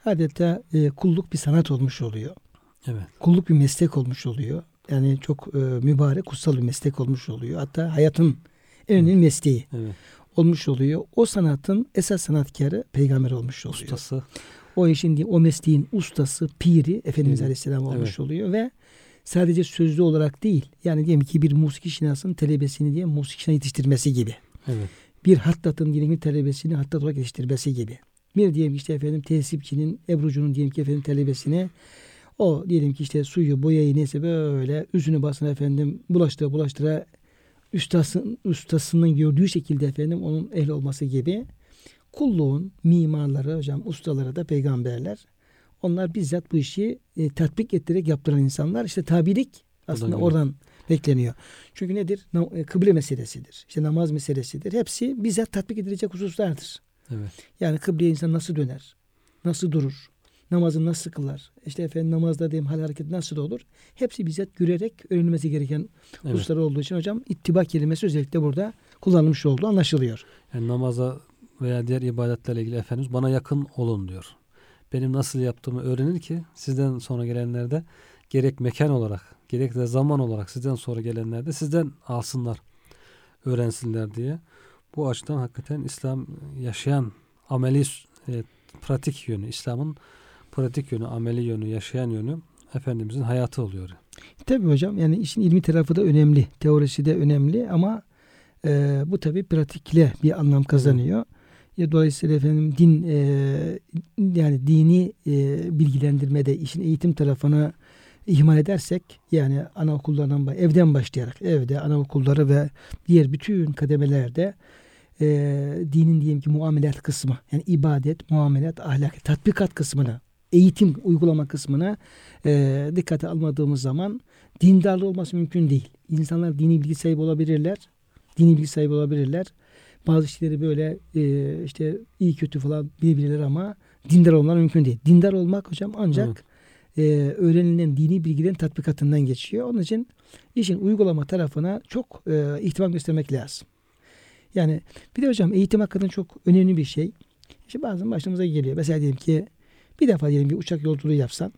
adeta e, kulluk bir sanat olmuş oluyor. Evet. Kulluk bir meslek olmuş oluyor. Yani çok e, mübarek, kutsal bir meslek olmuş oluyor. Hatta hayatın en önemli mesleği Evet. olmuş oluyor. O sanatın esas sanatkarı peygamber olmuş oluyor. Ustası. O işin, o mesleğin ustası, piri Efendimiz Evet. Aleyhisselam olmuş Evet. oluyor ve sadece sözlü olarak değil, yani diyelim ki bir musiki şinasının talebesini diye musiki şina yetiştirmesi gibi. Evet. Bir hattatın diyelim ki talebesini hattat olarak yetiştirmesi gibi. Bir diyelim ki işte efendim tesipçinin, ebrucunun diyelim ki efendim talebesini, o diyelim ki işte suyu, boyayı neyse böyle üzünü basına efendim bulaştıra bulaştıra ustasının, ustasının gördüğü şekilde efendim onun ehli olması gibi. Kulluğun mimarları, hocam ustaları da peygamberler. Onlar bizzat bu işi e, tatbik ettirerek yaptıran insanlar. İşte tabilik aslında Oradan oradan bekleniyor. Çünkü nedir? Na, e, kıble meselesidir. İşte namaz meselesidir. Hepsi bizzat tatbik edilecek hususlardır. Evet. Yani kıbleye insan nasıl döner? Nasıl durur? Namazını nasıl kılar? İşte efendim namazda diyeyim hal hareket nasıl olur? Hepsi bizzat görerek öğrenilmesi gereken Evet. hususlar olduğu için hocam ittiba kelimesi özellikle burada kullanılmış olduğu anlaşılıyor. Yani namaza veya diğer ibadetlerle ilgili Efendimiz bana yakın olun diyor. Benim nasıl yaptığımı öğrenir ki sizden sonra gelenler de gerek mekan olarak gerek de zaman olarak sizden sonra gelenler de sizden alsınlar, öğrensinler diye. Bu açıdan hakikaten İslam yaşayan ameli e, pratik yönü, İslam'ın pratik yönü, ameli yönü, yaşayan yönü Efendimizin hayatı oluyor. Tabii hocam, yani işin ilmi tarafı da önemli, teorisi de önemli ama e, bu tabii pratikle bir anlam kazanıyor. Ya dolayısıyla efendim din e, yani dini e, bilgilendirmede işin eğitim tarafına ihmal edersek, yani anaokullarından evden başlayarak evde anaokulları ve diğer bütün kademelerde e, dinin diyelim ki muamelat kısmı, yani ibadet, muamelat, ahlak, tatbikat kısmına, eğitim uygulama kısmına e, dikkate almadığımız zaman dindarlı olması mümkün değil. İnsanlar dini bilgi sahibi olabilirler. Dini bilgi sahibi olabilirler. Bazı şeyleri böyle e, işte iyi kötü falan bilebilirler ama dindar olmaları mümkün değil. Dindar olmak hocam ancak e, öğrenilen dini bilgilerin tatbikatından geçiyor. Onun için işin uygulama tarafına çok e, ihtimam göstermek lazım. Yani bir de hocam eğitim hakikaten çok önemli bir şey. İşte bazen başımıza geliyor. Mesela diyelim ki bir defa diyelim bir uçak yolculuğu yapsan,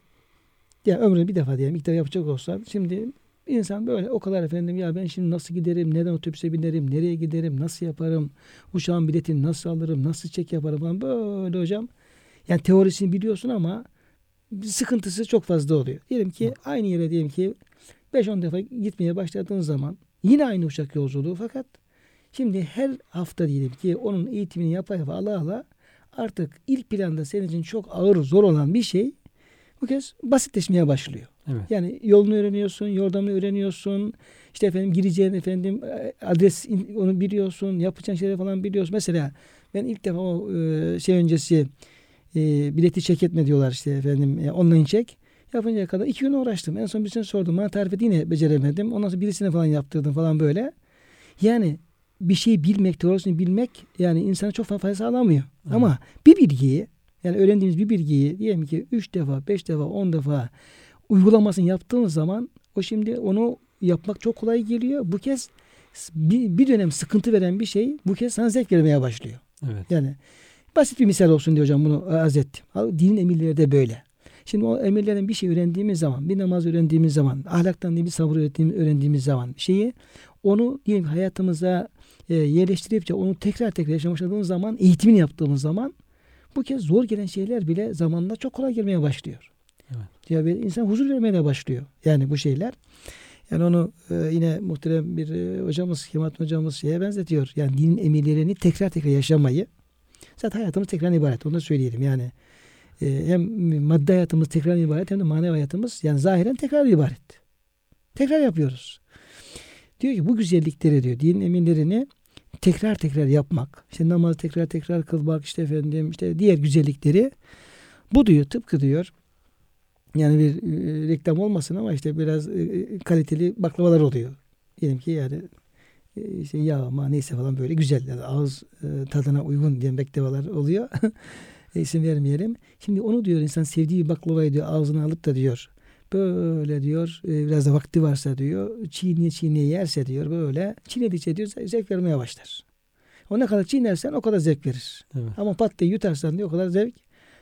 ya ömründe bir defa diyelim ilk defa yapacak olsan, şimdi insan böyle o kadar efendim ya ben şimdi nasıl giderim, neden otobüse binerim, nereye giderim, nasıl yaparım, uçağın biletini nasıl alırım, nasıl çek yaparım falan böyle hocam. Yani teorisini biliyorsun ama sıkıntısı çok fazla oluyor. Diyelim ki aynı yere diyelim ki beş on defa gitmeye başladığın zaman yine aynı uçak yolculuğu, fakat şimdi her hafta diyelim ki onun eğitimini yapa yapa ala ala artık ilk planda senin için çok ağır zor olan bir şey bu kez basitleşmeye başlıyor. Evet. Yani yolunu öğreniyorsun, yordamını öğreniyorsun. İşte efendim gireceğin efendim adres onu biliyorsun, yapacağın şeyleri falan biliyorsun. Mesela ben ilk defa o e, şey öncesi e, bileti check etme diyorlar işte efendim e, online check. Yapıncaya kadar iki gün uğraştım. En son birisine sordum. Bana tarif et, yine beceremedim. Ondan sonra birisine falan yaptırdım falan böyle. Yani bir şeyi bilmek, teorisini bilmek yani insana çok fazla fayda sağlamıyor. Hı. Ama bir bilgiyi, yani öğrendiğimiz bir bilgiyi diyelim ki üç defa, beş defa, on defa uygulamasını yaptığımız zaman o şimdi onu yapmak çok kolay geliyor. Bu kez bir, bir dönem sıkıntı veren bir şey bu kez sana zevk vermeye başlıyor. Evet. Yani basit bir misal olsun diye hocam bunu arz ettim. Dinin emirleri de böyle. Şimdi o emirlerden bir şey öğrendiğimiz zaman, bir namaz öğrendiğimiz zaman, ahlaktan bir sabır öğrendiğimiz zaman şeyi, onu diyelim hayatımıza e, yerleştirip onu tekrar tekrar yaşamaya başladığımız zaman, eğitimini yaptığımız zaman bu kez zor gelen şeyler bile zamanla çok kolay gelmeye başlıyor. Evet. Ya insan huzur vermeye de başlıyor. Yani bu şeyler. Yani onu e, yine muhterem bir e, hocamız, Kemal hocamız şeye benzetiyor. Yani dinin emirlerini tekrar tekrar yaşamayı. Zaten hayatımız tekrar ibaret. Onu da söyleyelim. Yani e, hem maddi hayatımız tekrar ibaret hem de manevi hayatımız yani zahiren tekrar ibaret. Tekrar yapıyoruz. Diyor ki bu güzellikleri diyor dinin emirlerini tekrar tekrar yapmak. İşte namazı tekrar tekrar kılmak, işte efendim işte diğer güzellikleri. Bu diyor tıpkı diyor yani bir e, reklam olmasın ama işte biraz e, kaliteli baklavalar oluyor. Diyelim ki yani e, işte yağ ama neyse falan böyle güzel yani ağız e, tadına uygun diyen baklavalar oluyor. e, isim vermeyelim. Şimdi onu diyor insan sevdiği bir baklavayı diyor ağzına alıp da diyor böyle diyor e, biraz da vakti varsa diyor çiğneye çiğneye yerse diyor böyle çiğnedikçe diyor zevk vermeye başlar. O ne kadar çiğnersen o kadar zevk verir. Evet. Ama pat diye yutarsan diyor o kadar zevk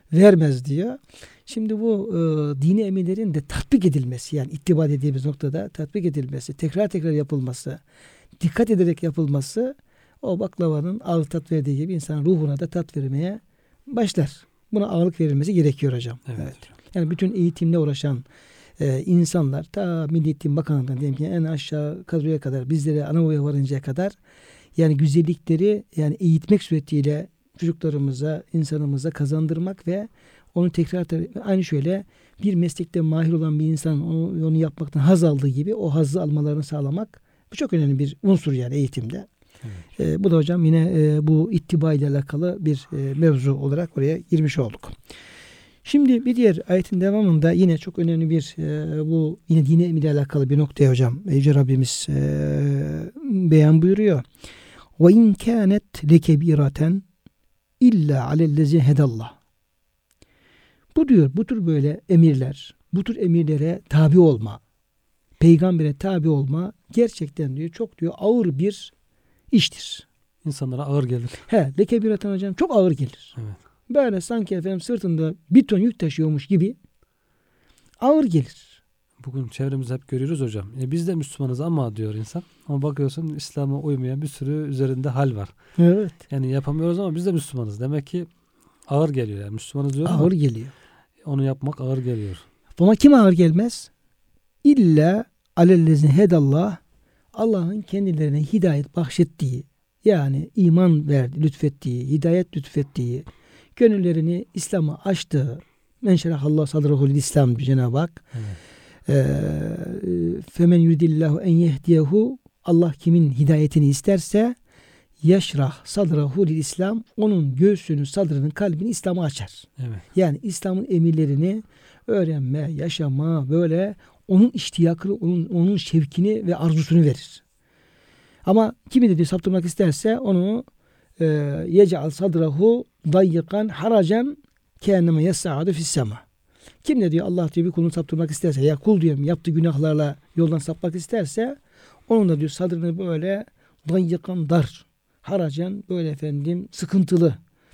vermez diyor. Şimdi bu e, dini emirlerin de tatbik edilmesi, yani ittiba dediğimiz noktada tatbik edilmesi, tekrar tekrar yapılması, dikkat ederek yapılması o baklavanın ağır tat verdiği gibi insanın ruhuna da tat vermeye başlar. Buna ağırlık verilmesi gerekiyor hocam. Evet. Evet. Yani bütün eğitimle uğraşan e, insanlar ta Milli Eğitim Bakanlığı'ndan diyelim ki en aşağı kadroya kadar, bizlere Anadolu'ya varıncaya kadar yani güzellikleri yani eğitmek suretiyle çocuklarımıza, insanımıza kazandırmak ve onu tekrar aynı şöyle bir meslekte mahir olan bir insan onu, onu yapmaktan haz aldığı gibi o hazzı almalarını sağlamak bu çok önemli bir unsur yani eğitimde. Evet. E, bu da hocam yine e, bu ittiba ile alakalı bir e, mevzu olarak oraya girmiş olduk. Şimdi bir diğer ayetin devamında yine çok önemli bir e, bu yine dine ile alakalı bir noktaya hocam Yüce Rabbimiz e, beyan buyuruyor. Ve in kânet lekebîraten illa alellezî hedallah. Bu diyor bu tür böyle emirler, bu tür emirlere tabi olma, peygambere tabi olma gerçekten diyor çok diyor ağır bir iştir. İnsanlara ağır gelir. He, lekebîraten hocam çok ağır gelir. Evet. Böyle sanki efendim sırtında bir ton yük taşıyormuş gibi ağır gelir. Bugün çevremizde hep görüyoruz hocam. E biz de Müslümanız ama diyor insan. Ama bakıyorsun İslam'a uymayan bir sürü üzerinde hal var. Evet. Yani yapamıyoruz ama biz de Müslümanız. Demek ki ağır geliyor. Yani Müslümanız diyor ama ağır geliyor. Onu yapmak ağır geliyor. Buna kim ağır gelmez? İlla alellezine hedallah, Allah'ın kendilerine hidayet bahşettiği, yani iman verdi, lütfettiği, hidayet lütfettiği, gönüllerini İslam'a açtığı, men şerahallahu sadrahul İslam diyor Cenab-ı Hak. Femen yuridillahu en yehdiyehu, Allah kimin hidayetini isterse yeşrah sadrahu lil İslam, onun göğsünü, sadrının, kalbini İslam'a açar. Evet. Yani İslam'ın emirlerini öğrenme, yaşama, böyle onun iştiyakını, onun, onun şevkini ve arzusunu verir. Ama kimi de diyor saptırmak isterse onu yec'al sadrahu dayyikan haracan keenneme yes'adu fissema. Kim de diyor Allah diyor bir kulunu saptırmak isterse, ya kul diyorum yaptığı günahlarla yoldan sapmak isterse onun da diyor sadrını böyle dayyikan dar, haracan böyle efendim sıkıntılı,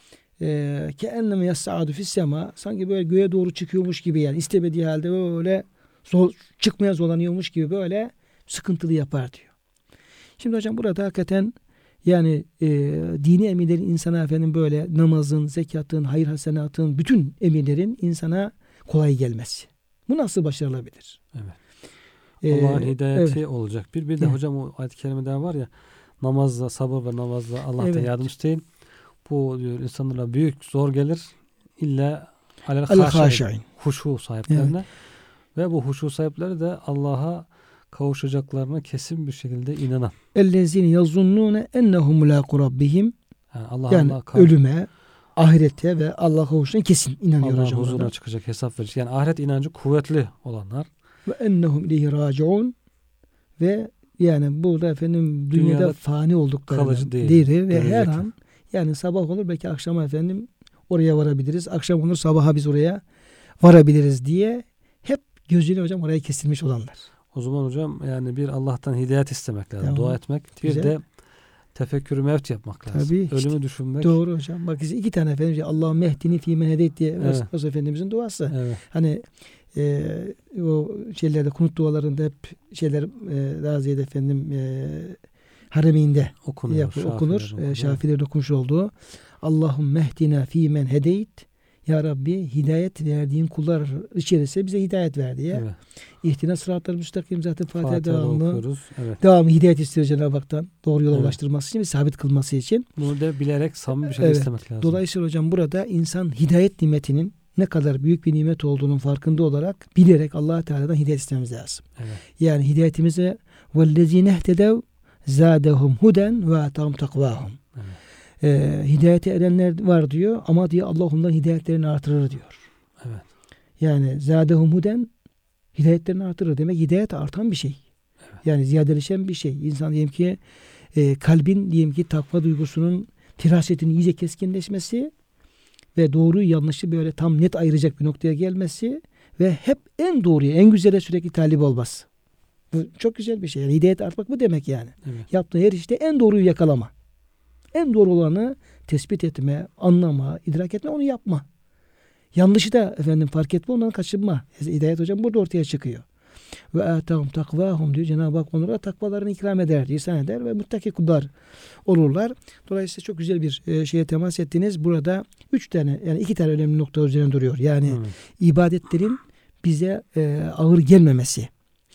keenneme yes'adu fissema, sanki böyle göğe doğru çıkıyormuş gibi, yani istemediği halde böyle zor, çıkmaya zorlanıyormuş gibi böyle sıkıntılı yapar diyor. Şimdi hocam burada hakikaten yani e, dini emirlerin insana efendim böyle namazın, zekatın, hayır hasenatın, bütün emirlerin insana kolay gelmesi. Bu nasıl başarılabilir? Evet. Allah'ın ee, hidayeti evet. olacak. Bir bir de evet. hocam o ayet-i kerimede var ya, namazla, sabır ve namazla Allah'tan evet. yardım isteyin. Bu diyor insanlara büyük zor gelir. İlla alel haşin. Huşu sahiplerine. Evet. Ve bu huşu sahipleri de Allah'a kavuşacaklarına kesin bir şekilde inanan. Ellezine yazunnune ennehum mulaqu rabbihim. Yani, Allah, yani Allah ölüme, ahirete ve Allah'a kavuşacağına kesin inanıyor Allah'ın hocam. Allah'ın huzuruna çıkacak, hesap verecek. Yani ahiret inancı kuvvetli olanlar. Ve ennehum ileyhi raciun, ve yani burada efendim dünyada, dünyada fani olduklarını kalıcı değil, değil ve her an yani sabah olur belki akşama efendim oraya varabiliriz. Akşam olur sabaha biz oraya varabiliriz diye hep gözüyle hocam oraya kesilmiş olanlar. O zaman hocam yani bir Allah'tan hidayet istemek lazım. Tamam. Dua etmek. Güzel. Bir de tefekkür mevt yapmak lazım. Tabii, Ölümü işte, düşünmek. Doğru hocam. Bak iki tane efendim Allah'ım mehdini fîmen hedeyt diye evet. Öz Efendimizin duası. Evet. Hani e, o şeylerde kunut dualarında hep şeyler e, daha ziyade efendim e, hareminde okunur. Yapılır, okunur. E, Şafiilerin okumuş olduğu Allahum mehdina fîmen hedeyt, ya Rabbi hidayet verdiğin kullar içerisinde bize hidayet ver diye. Evet. İhtina sıratlar müstakim zaten Fatiha devamlı. Evet. Devamlı hidayet istiyor Cenab-ı Hak'tan. Doğru yola evet. ulaştırması için ve sabit kılması için. Bunu da bilerek samimi bir şey evet. istemek lazım. Dolayısıyla hocam burada insan hidayet nimetinin ne kadar büyük bir nimet olduğunun farkında olarak bilerek Allah-u Teala'dan hidayet istememiz lazım. Evet. Yani hidayetimize وَالَّذ۪ينَ اهْتَدَوْا زَادَهُمْ هُدًا وَاَتَهُمْ تَقْوَاهُمْ. Ee, hidayete erenler var diyor ama diyor Allah onların hidayetlerini artırır diyor. Evet. Yani zâdehum huden, hidayetlerini artırır demek hidayet artan bir şey. Evet. Yani ziyadeleşen bir şey. İnsan diyelim ki e, kalbin diyelim ki takva duygusunun firasetinin iyice keskinleşmesi ve doğruyu yanlışı böyle tam net ayıracak bir noktaya gelmesi ve hep en doğruya, en güzele sürekli talip olması. Bu çok güzel bir şey. Yani hidayet artmak bu demek yani. Evet. Yaptığı her işte en doğruyu yakalama. En doğru olanı tespit etme, anlama, idrak etme, onu yapma. Yanlışı da efendim fark etme, ondan kaçınma. Hidayet hocam burada ortaya çıkıyor. Ve atahum takvahum diyor. Cenab-ı Hak onlara takvalarını ikram eder, ihsan eder ve muttaki kullar olurlar. Dolayısıyla çok güzel bir e, şeye temas ettiniz. Burada üç tane, yani iki tane önemli nokta üzerine duruyor. Yani hmm. ibadetlerin bize e, ağır gelmemesi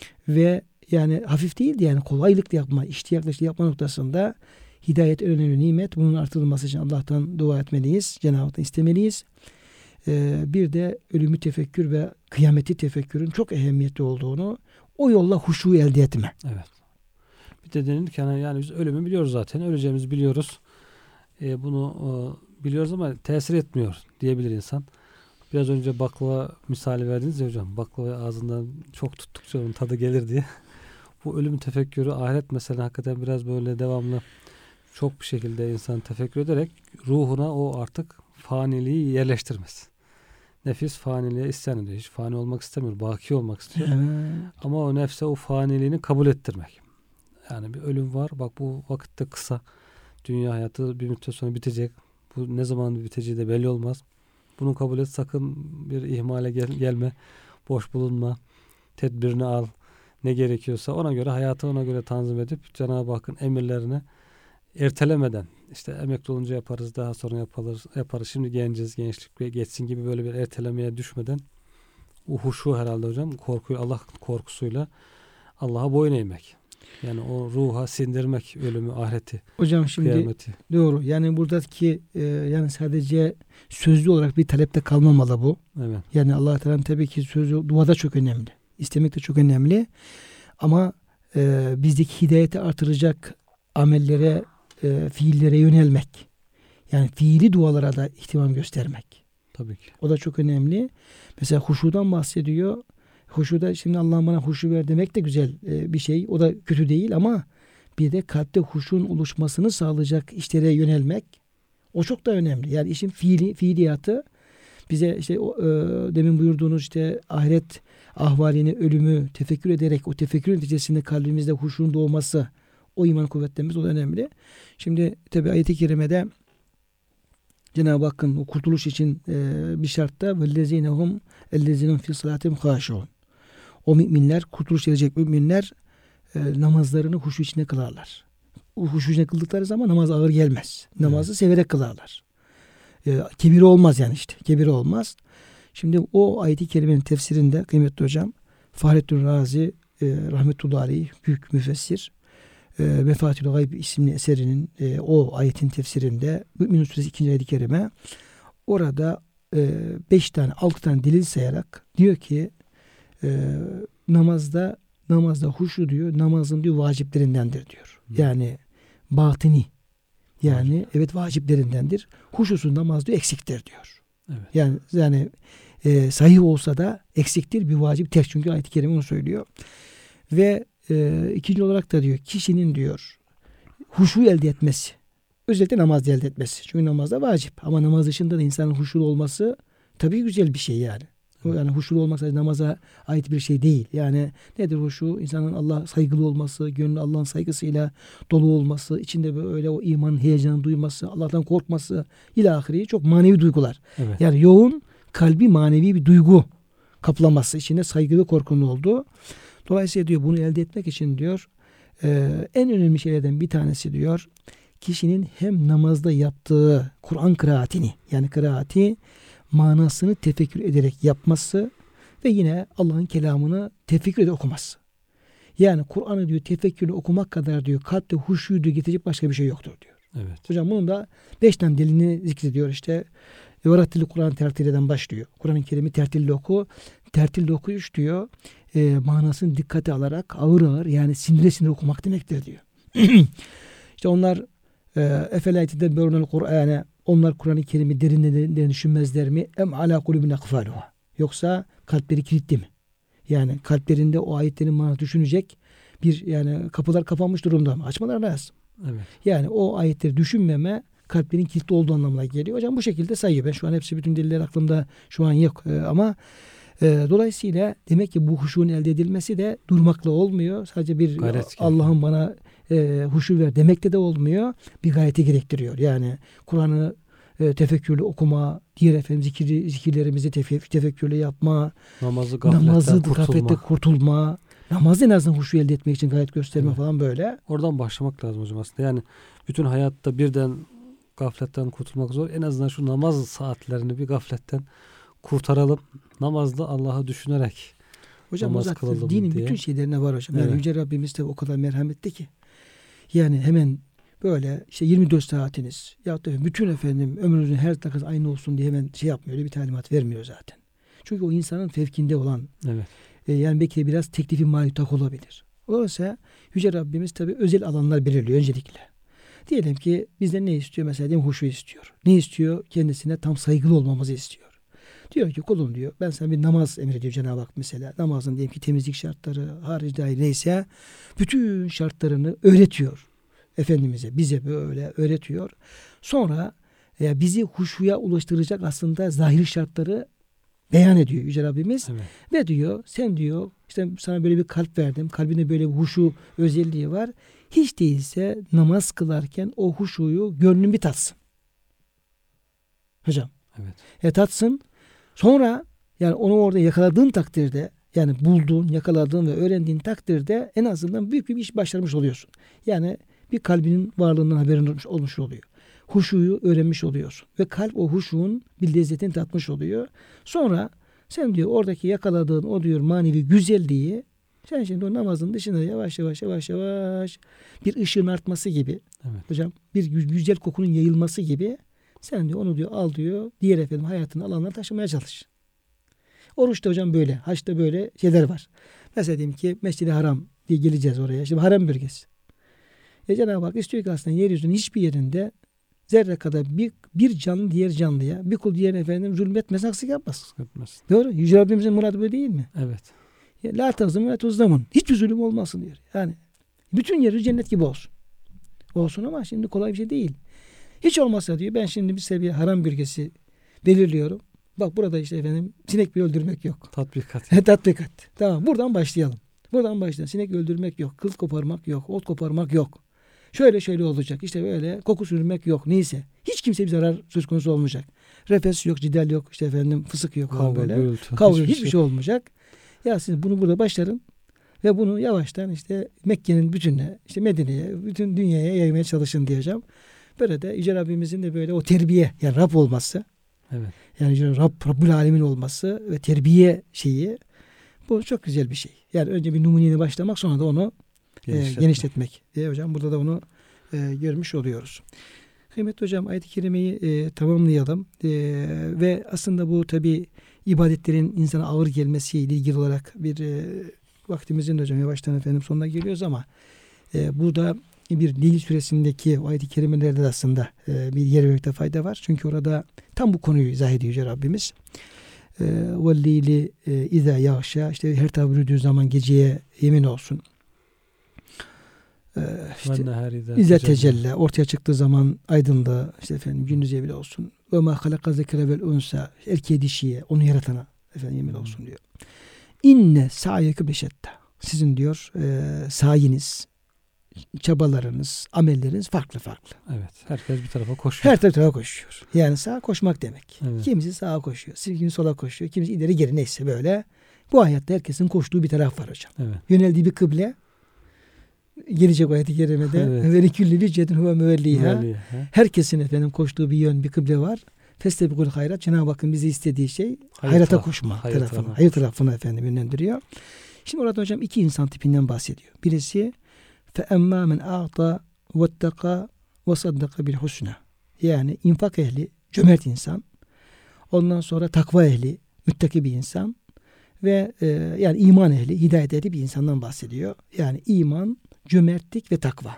ve yani hafif değildi, yani kolaylıkla yapma, iştiyakla yapma noktasında hidayet önemli nimet. Bunun artırılması için Allah'tan dua etmeliyiz. Cenab-ı Hak'tan istemeliyiz. Ee, bir de ölümü tefekkür ve kıyameti tefekkürün çok ehemmiyetli olduğunu, o yolla huşu elde etme. Evet. Bir de denir ki yani biz ölümü biliyoruz zaten. Öleceğimizi biliyoruz. Ee, bunu e, biliyoruz ama tesir etmiyor diyebilir insan. Biraz önce baklava misali verdiniz ya hocam. Baklava ağzından çok tuttukça onun tadı gelir diye. Bu ölüm tefekkürü, ahiret mesela hakikaten biraz böyle devamlı çok bir şekilde insan tefekkür ederek ruhuna o artık faniliği yerleştirmez. Nefis faniliğe isyan ediyor. Hiç fani olmak istemiyor. Baki olmak istiyor. Evet. Ama o nefse o faniliğini kabul ettirmek. Yani bir ölüm var. Bak bu vakitte kısa. Dünya hayatı bir müddet sonra bitecek. Bu ne zaman biteceği de belli olmaz. Bunu kabul et. Sakın bir ihmale gel- gelme. Boş bulunma. Tedbirini al. Ne gerekiyorsa ona göre, hayatı ona göre tanzim edip Cenab-ı Hakk'ın emirlerini ertelemeden, işte emekli olunca yaparız, daha sonra yaparız, yaparız. Şimdi genciz, gençlik ve geçsin gibi böyle bir ertelemeye düşmeden, o huşu herhalde hocam, korkuyu, Allah korkusuyla Allah'a boyun eğmek. Yani o ruha sindirmek ölümü, ahireti, hocam şimdi kıyameti. Doğru. Yani buradaki e, yani sadece sözlü olarak bir talepte kalmamalı bu. Evet. Yani Allah Teala tabii ki sözlü, duada çok önemli. İstemek de çok önemli. Ama e, bizdeki hidayeti artıracak amellere, e, fiillere yönelmek. Yani fiili dualara da ihtimam göstermek. Tabii ki. O da çok önemli. Mesela huşudan bahsediyor. Huşuda şimdi Allah'ım bana huşu ver demek de güzel e, bir şey. O da kötü değil ama bir de kalpte huşun oluşmasını sağlayacak işlere yönelmek. O çok da önemli. Yani işin fiili, fiiliyatı bize işte o, e, demin buyurduğunuz işte ahiret ahvalini, ölümü tefekkür ederek o tefekkür neticesinde kalbimizde huşun doğması, o iman kuvvetlerimiz, o da önemli. Şimdi tabi ayet-i kerimede Cenab-ı Hakk'ın o kurtuluş için e, bir şartta وَالَّذ۪ينَهُمْ اَلَّذ۪ينَهُمْ فِي صَلَاتِهِمْ خَاشِعُونَ. O müminler, kurtuluş edecek müminler e, namazlarını huşu içinde kılarlar. O huşu içinde kıldıkları zaman namaz ağır gelmez. Namazı evet. severek kılarlar. E, kebiri olmaz yani işte. Kebiri olmaz. Şimdi o ayet-i kerimenin tefsirinde kıymetli hocam Fahrettin Razi e, rahmetullahi aleyh, büyük müfessir, e, Mefatihül Gayb isimli eserinin e, o ayetin tefsirinde Mü'minun suresi ikinci ayet-i kerime orada e, beş tane altı tane delil sayarak diyor ki e, namazda namazda huşu diyor, namazın diyor vaciplerindendir diyor. Hı. Yani batini, yani Vacip. evet vaciplerindendir. Huşusuz namaz diyor eksiktir diyor. Evet. Yani yani e, sahih olsa da eksiktir, bir vacip tek, çünkü ayet-i kerime onu söylüyor. Ve e, ikinci olarak da diyor kişinin diyor huşu elde etmesi, özellikle namaz elde etmesi. Çünkü namazda vacip ama namaz dışında da insanın huşulu olması tabii güzel bir şey yani. Yani huşulu olmak sadece namaza ait bir şey değil. Yani nedir huşu? İnsanın Allah saygılı olması, gönlü Allah'ın saygısıyla dolu olması, içinde böyle o imanın heyecanı duyması, Allah'tan korkması ilahiri çok manevi duygular. Evet. Yani yoğun kalbi manevi bir duygu kaplaması, içinde saygı ve korkunun olduğu. Dolayısıyla diyor bunu elde etmek için diyor e, en önemli şeylerden bir tanesi diyor kişinin hem namazda yaptığı Kur'an kıraatini, yani kıraati manasını tefekkür ederek yapması ve yine Allah'ın kelamını tefekkür ederek okuması. Yani Kur'an'ı diyor tefekkürle okumak kadar diyor kalpte huşuyu diyor getirecek başka bir şey yoktur diyor. Evet. Hocam bunun da beş tane delilini zikrediyor işte. Veratili Kur'an tertileden başlıyor. Kur'an-ı Kerim'i tertille oku. Tertille okuyuş diyor. E, manasını dikkate alarak ağır ağır, yani sindire sindire okumak demektir diyor. İşte onlar efelaytide börnel Kur'an'e, onlar Kur'an-ı Kerim'i derinlerine düşünmezler mi? Em ala kulubine kıfaluha. Yoksa kalpleri kilitli mi? Yani kalplerinde o ayetlerin manası düşünecek bir, yani kapılar kapanmış durumda mı? Açmalar lazım. Evet. Yani o ayetleri düşünmeme kalplerin kilitli olduğu anlamına geliyor. Hocam bu şekilde sayıyor. Ben şu an hepsi, bütün deliller aklımda şu an yok. Ee, ama e, dolayısıyla demek ki bu huşun elde edilmesi de durmakla olmuyor. Sadece bir Allah'ın bana e, huşu ver demekte de olmuyor. Bir gayreti gerektiriyor. Yani Kur'an'ı e, tefekkürlü okuma, diğer efendim zikir, zikirlerimizi tef- tefekkürlü yapma, namazı gafletten namazı kurtulma. gaflette kurtulma, namazı en azından huşu elde etmek için gayret gösterme Evet. falan böyle. Oradan başlamak lazım hocam aslında. Yani bütün hayatta birden gafletten kurtulmak zor. En azından şu namaz saatlerini bir gafletten kurtaralım. Namazda Allah'ı düşünerek Hocam o namaz zaten kılalım dinin diye. bütün şeylerine var hocam. Yani Evet. Yüce Rabbimiz de o kadar merhametli ki. Yani hemen böyle işte yirmi dört saatiniz ya da bütün efendim ömrünüzün her dakikası aynı olsun diye hemen şey yapmıyor. Öyle bir talimat vermiyor zaten. Çünkü o insanın fevkinde olan Evet. e, yani belki de biraz teklifi malitak olabilir. Olursa Yüce Rabbimiz tabii özel alanlar belirliyor öncelikle. Diyelim ki bizden ne istiyor? Mesela diyelim huşu istiyor. Ne istiyor? Kendisine tam saygılı olmamızı istiyor. Diyor ki kulum diyor ben sana bir namaz emrediyor Cenab-ı Hak mesela. Namazın diyelim ki temizlik şartları harici dair neyse bütün şartlarını öğretiyor. Efendimiz'e bize böyle öğretiyor. Sonra e, bizi huşuya ulaştıracak aslında zahiri şartları beyan ediyor Yüce Rabbimiz. Evet. Ve diyor sen diyor işte sana böyle bir kalp verdim. Kalbinde böyle bir huşu özelliği var. Hiç değilse namaz kılarken o huşuyu gönlün bir tatsın. Hocam. Evet. E tatsın. Sonra yani onu orada yakaladığın takdirde yani bulduğun, yakaladığın ve öğrendiğin takdirde en azından büyük bir iş başarmış oluyorsun. Yani bir kalbinin varlığından haberin olmuş, olmuş oluyor. Huşuyu öğrenmiş oluyorsun. Ve kalp o huşuğun bir lezzetini tatmış oluyor. Sonra sen diyor oradaki yakaladığın o diyor manevi güzelliği sen şimdi o namazın dışında yavaş yavaş yavaş yavaş bir ışığın artması gibi Evet. hocam bir güzel kokunun yayılması gibi sen diyor onu diyor al diyor diğer efendim hayatın alanına taşımaya çalış. Oruçta hocam böyle, haçta böyle şeyler var. Mesela diyelim ki Mescid-i Haram diye geleceğiz oraya. Şimdi haram bölgesi. E Cenab-ı Hak istiyor ki aslında yeryüzünün hiçbir yerinde zerre kadar bir, bir canlı diğer canlıya, bir kul diğer efendim zulmetmez, haksızlık yapmaz. Yapmasın. Doğru. Yüce Rabbimizin muradı böyle değil mi? Evet. La tazım ve tuzlamun. Hiçbir zulüm olmasın diyor. Yani bütün yeri cennet gibi olsun. Olsun ama şimdi kolay bir şey değil. Hiç olmazsa diyor ben şimdi bir seviye haram bölgesi belirliyorum. Bak burada işte efendim sinek bir öldürmek yok. Tatbikat. Tatbikat. Tamam buradan başlayalım. Buradan başlayalım. Sinek öldürmek yok. Kıl koparmak yok. Ot koparmak yok. Şöyle şöyle olacak. İşte böyle koku sürmek yok. Neyse. Hiç kimseye bir zarar söz konusu olmayacak. Refes yok, cidal yok. İşte efendim fısık yok. Kavga, böyle. gürültü. Kavga Hiçbir hiçbir şey. şey olmayacak. Ya siz bunu burada başların ve bunu yavaştan işte Mekke'nin bütününe, işte Medine'ye, bütün dünyaya yaymaya çalışın diyeceğim. Böyle de Yüce Rabbimizin de böyle o terbiye yani Rab olması. Evet. Yani Yüce Rab, Rabbül Alemin olması ve terbiye şeyi bu çok güzel bir şey. Yani önce bir numuneyle başlamak sonra da onu genişletmek. E, genişletmek. E, hocam burada da onu e, görmüş oluyoruz. Kıymetli hocam ayet-i kerimeyi e, tamamlayalım. E, ve aslında bu tabi ibadetlerin insana ağır gelmesiyle ilgili olarak bir e, vaktimizin de hocam yavaştan efendim sonuna geliyoruz ama e, burada bir Nil suresindeki o ayet-i kerimelerde de aslında e, bir yer vermekte fayda var. Çünkü orada tam bu konuyu izah ediyor Yüce Rabbimiz. وَالْلِيلِ اِذَا يَغْشَى işte her tarafı bürüdüğü zaman geceye yemin olsun. Ee, işte İzze tecelle ortaya çıktığı zaman aydınlığı işte efendim gündüzeye bile olsun. Ve ma halaka zekere vel unsa erkeğe dişiye onu yaratana efendim yemin hmm. olsun diyor. İnne sa'yeküm leşetta. Sizin diyor e, sayiniz, çabalarınız, amelleriniz farklı farklı. Evet. Herkes bir tarafa koşuyor. Her tarafa koşuyor. Yani sağa koşmak demek. Evet. Kimisi sağa koşuyor. Kimisi sola koşuyor. Kimisi ileri geri neyse böyle. Bu hayatta herkesin koştuğu bir taraf var hocam. Evet. Yöneldiği bir kıble. Gelecek o ayet-i kerimede. Evet. Ve likülli vücedin huve müvelliha. Herkesin efendim koştuğu bir yön, bir kıble var. Festebikul hayrat. Cenab-ı Hakk'ın bize istediği şey hayır hayrata taraf, koşma hayır tarafına. Tarafına. Hayır tarafına efendim yönlendiriyor. Şimdi orada hocam iki insan tipinden bahsediyor. Birisi فَاَمَّا مَنْ اَعْطَى وَاتَّقَى وَصَدَّقَ بِالْحُسْنَى yani infak ehli, cömert insan. Ondan sonra takva ehli, müttaki bir insan. Ve e, yani iman ehli, hidayet ehli bir insandan bahsediyor. Yani iman, cömertlik ve takva.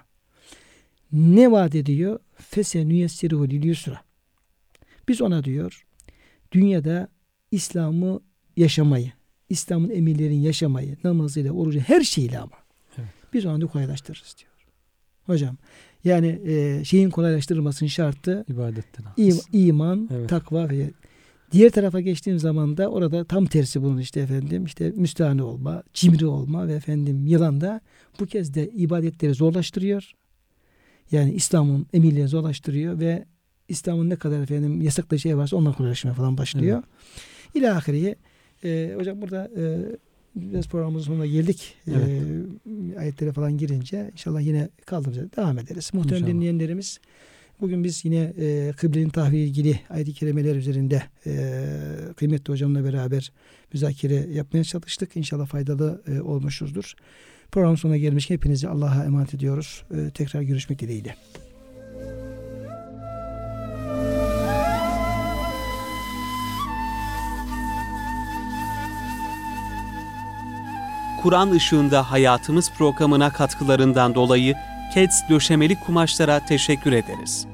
Ne vaat ediyor? فَسَنُيَسِّرُهُ لِلْيُسْرَ biz ona diyor, dünyada İslam'ı yaşamayı, İslam'ın emirlerini yaşamayı, namazıyla, orucu, her şeyle ama. Evet. Biz onu kolaylaştırırız diyor. Hocam yani e, şeyin kolaylaştırılmasının şartı ibadetten im, iman, evet. takva ve diğer tarafa geçtiğim zaman da orada tam tersi bunun işte efendim işte müstahane olma, cimri olma ve efendim yılan da bu kez de ibadetleri zorlaştırıyor. Yani İslam'ın emirlerini zorlaştırıyor ve İslam'ın ne kadar efendim yasaklı şey varsa onunla uğraşmaya falan başlıyor. Evet. İlahiriye e, hocam burada e, biraz programımızın sonuna geldik. Evet. E, ayetlere falan girince inşallah yine kaldığımız yerden devam ederiz. Muhterem dinleyenlerimiz, bugün biz yine e, kıblenin tahvili ilgili ayet-i kerimeler üzerinde e, kıymetli hocamla beraber müzakere yapmaya çalıştık. İnşallah faydalı e, olmuşuzdur. Program sonuna gelmişken hepinizi Allah'a emanet ediyoruz. E, tekrar görüşmek dileğiyle. Kur'an Işığında Hayatımız programına katkılarından dolayı Keds Döşemeli Kumaşlara teşekkür ederiz.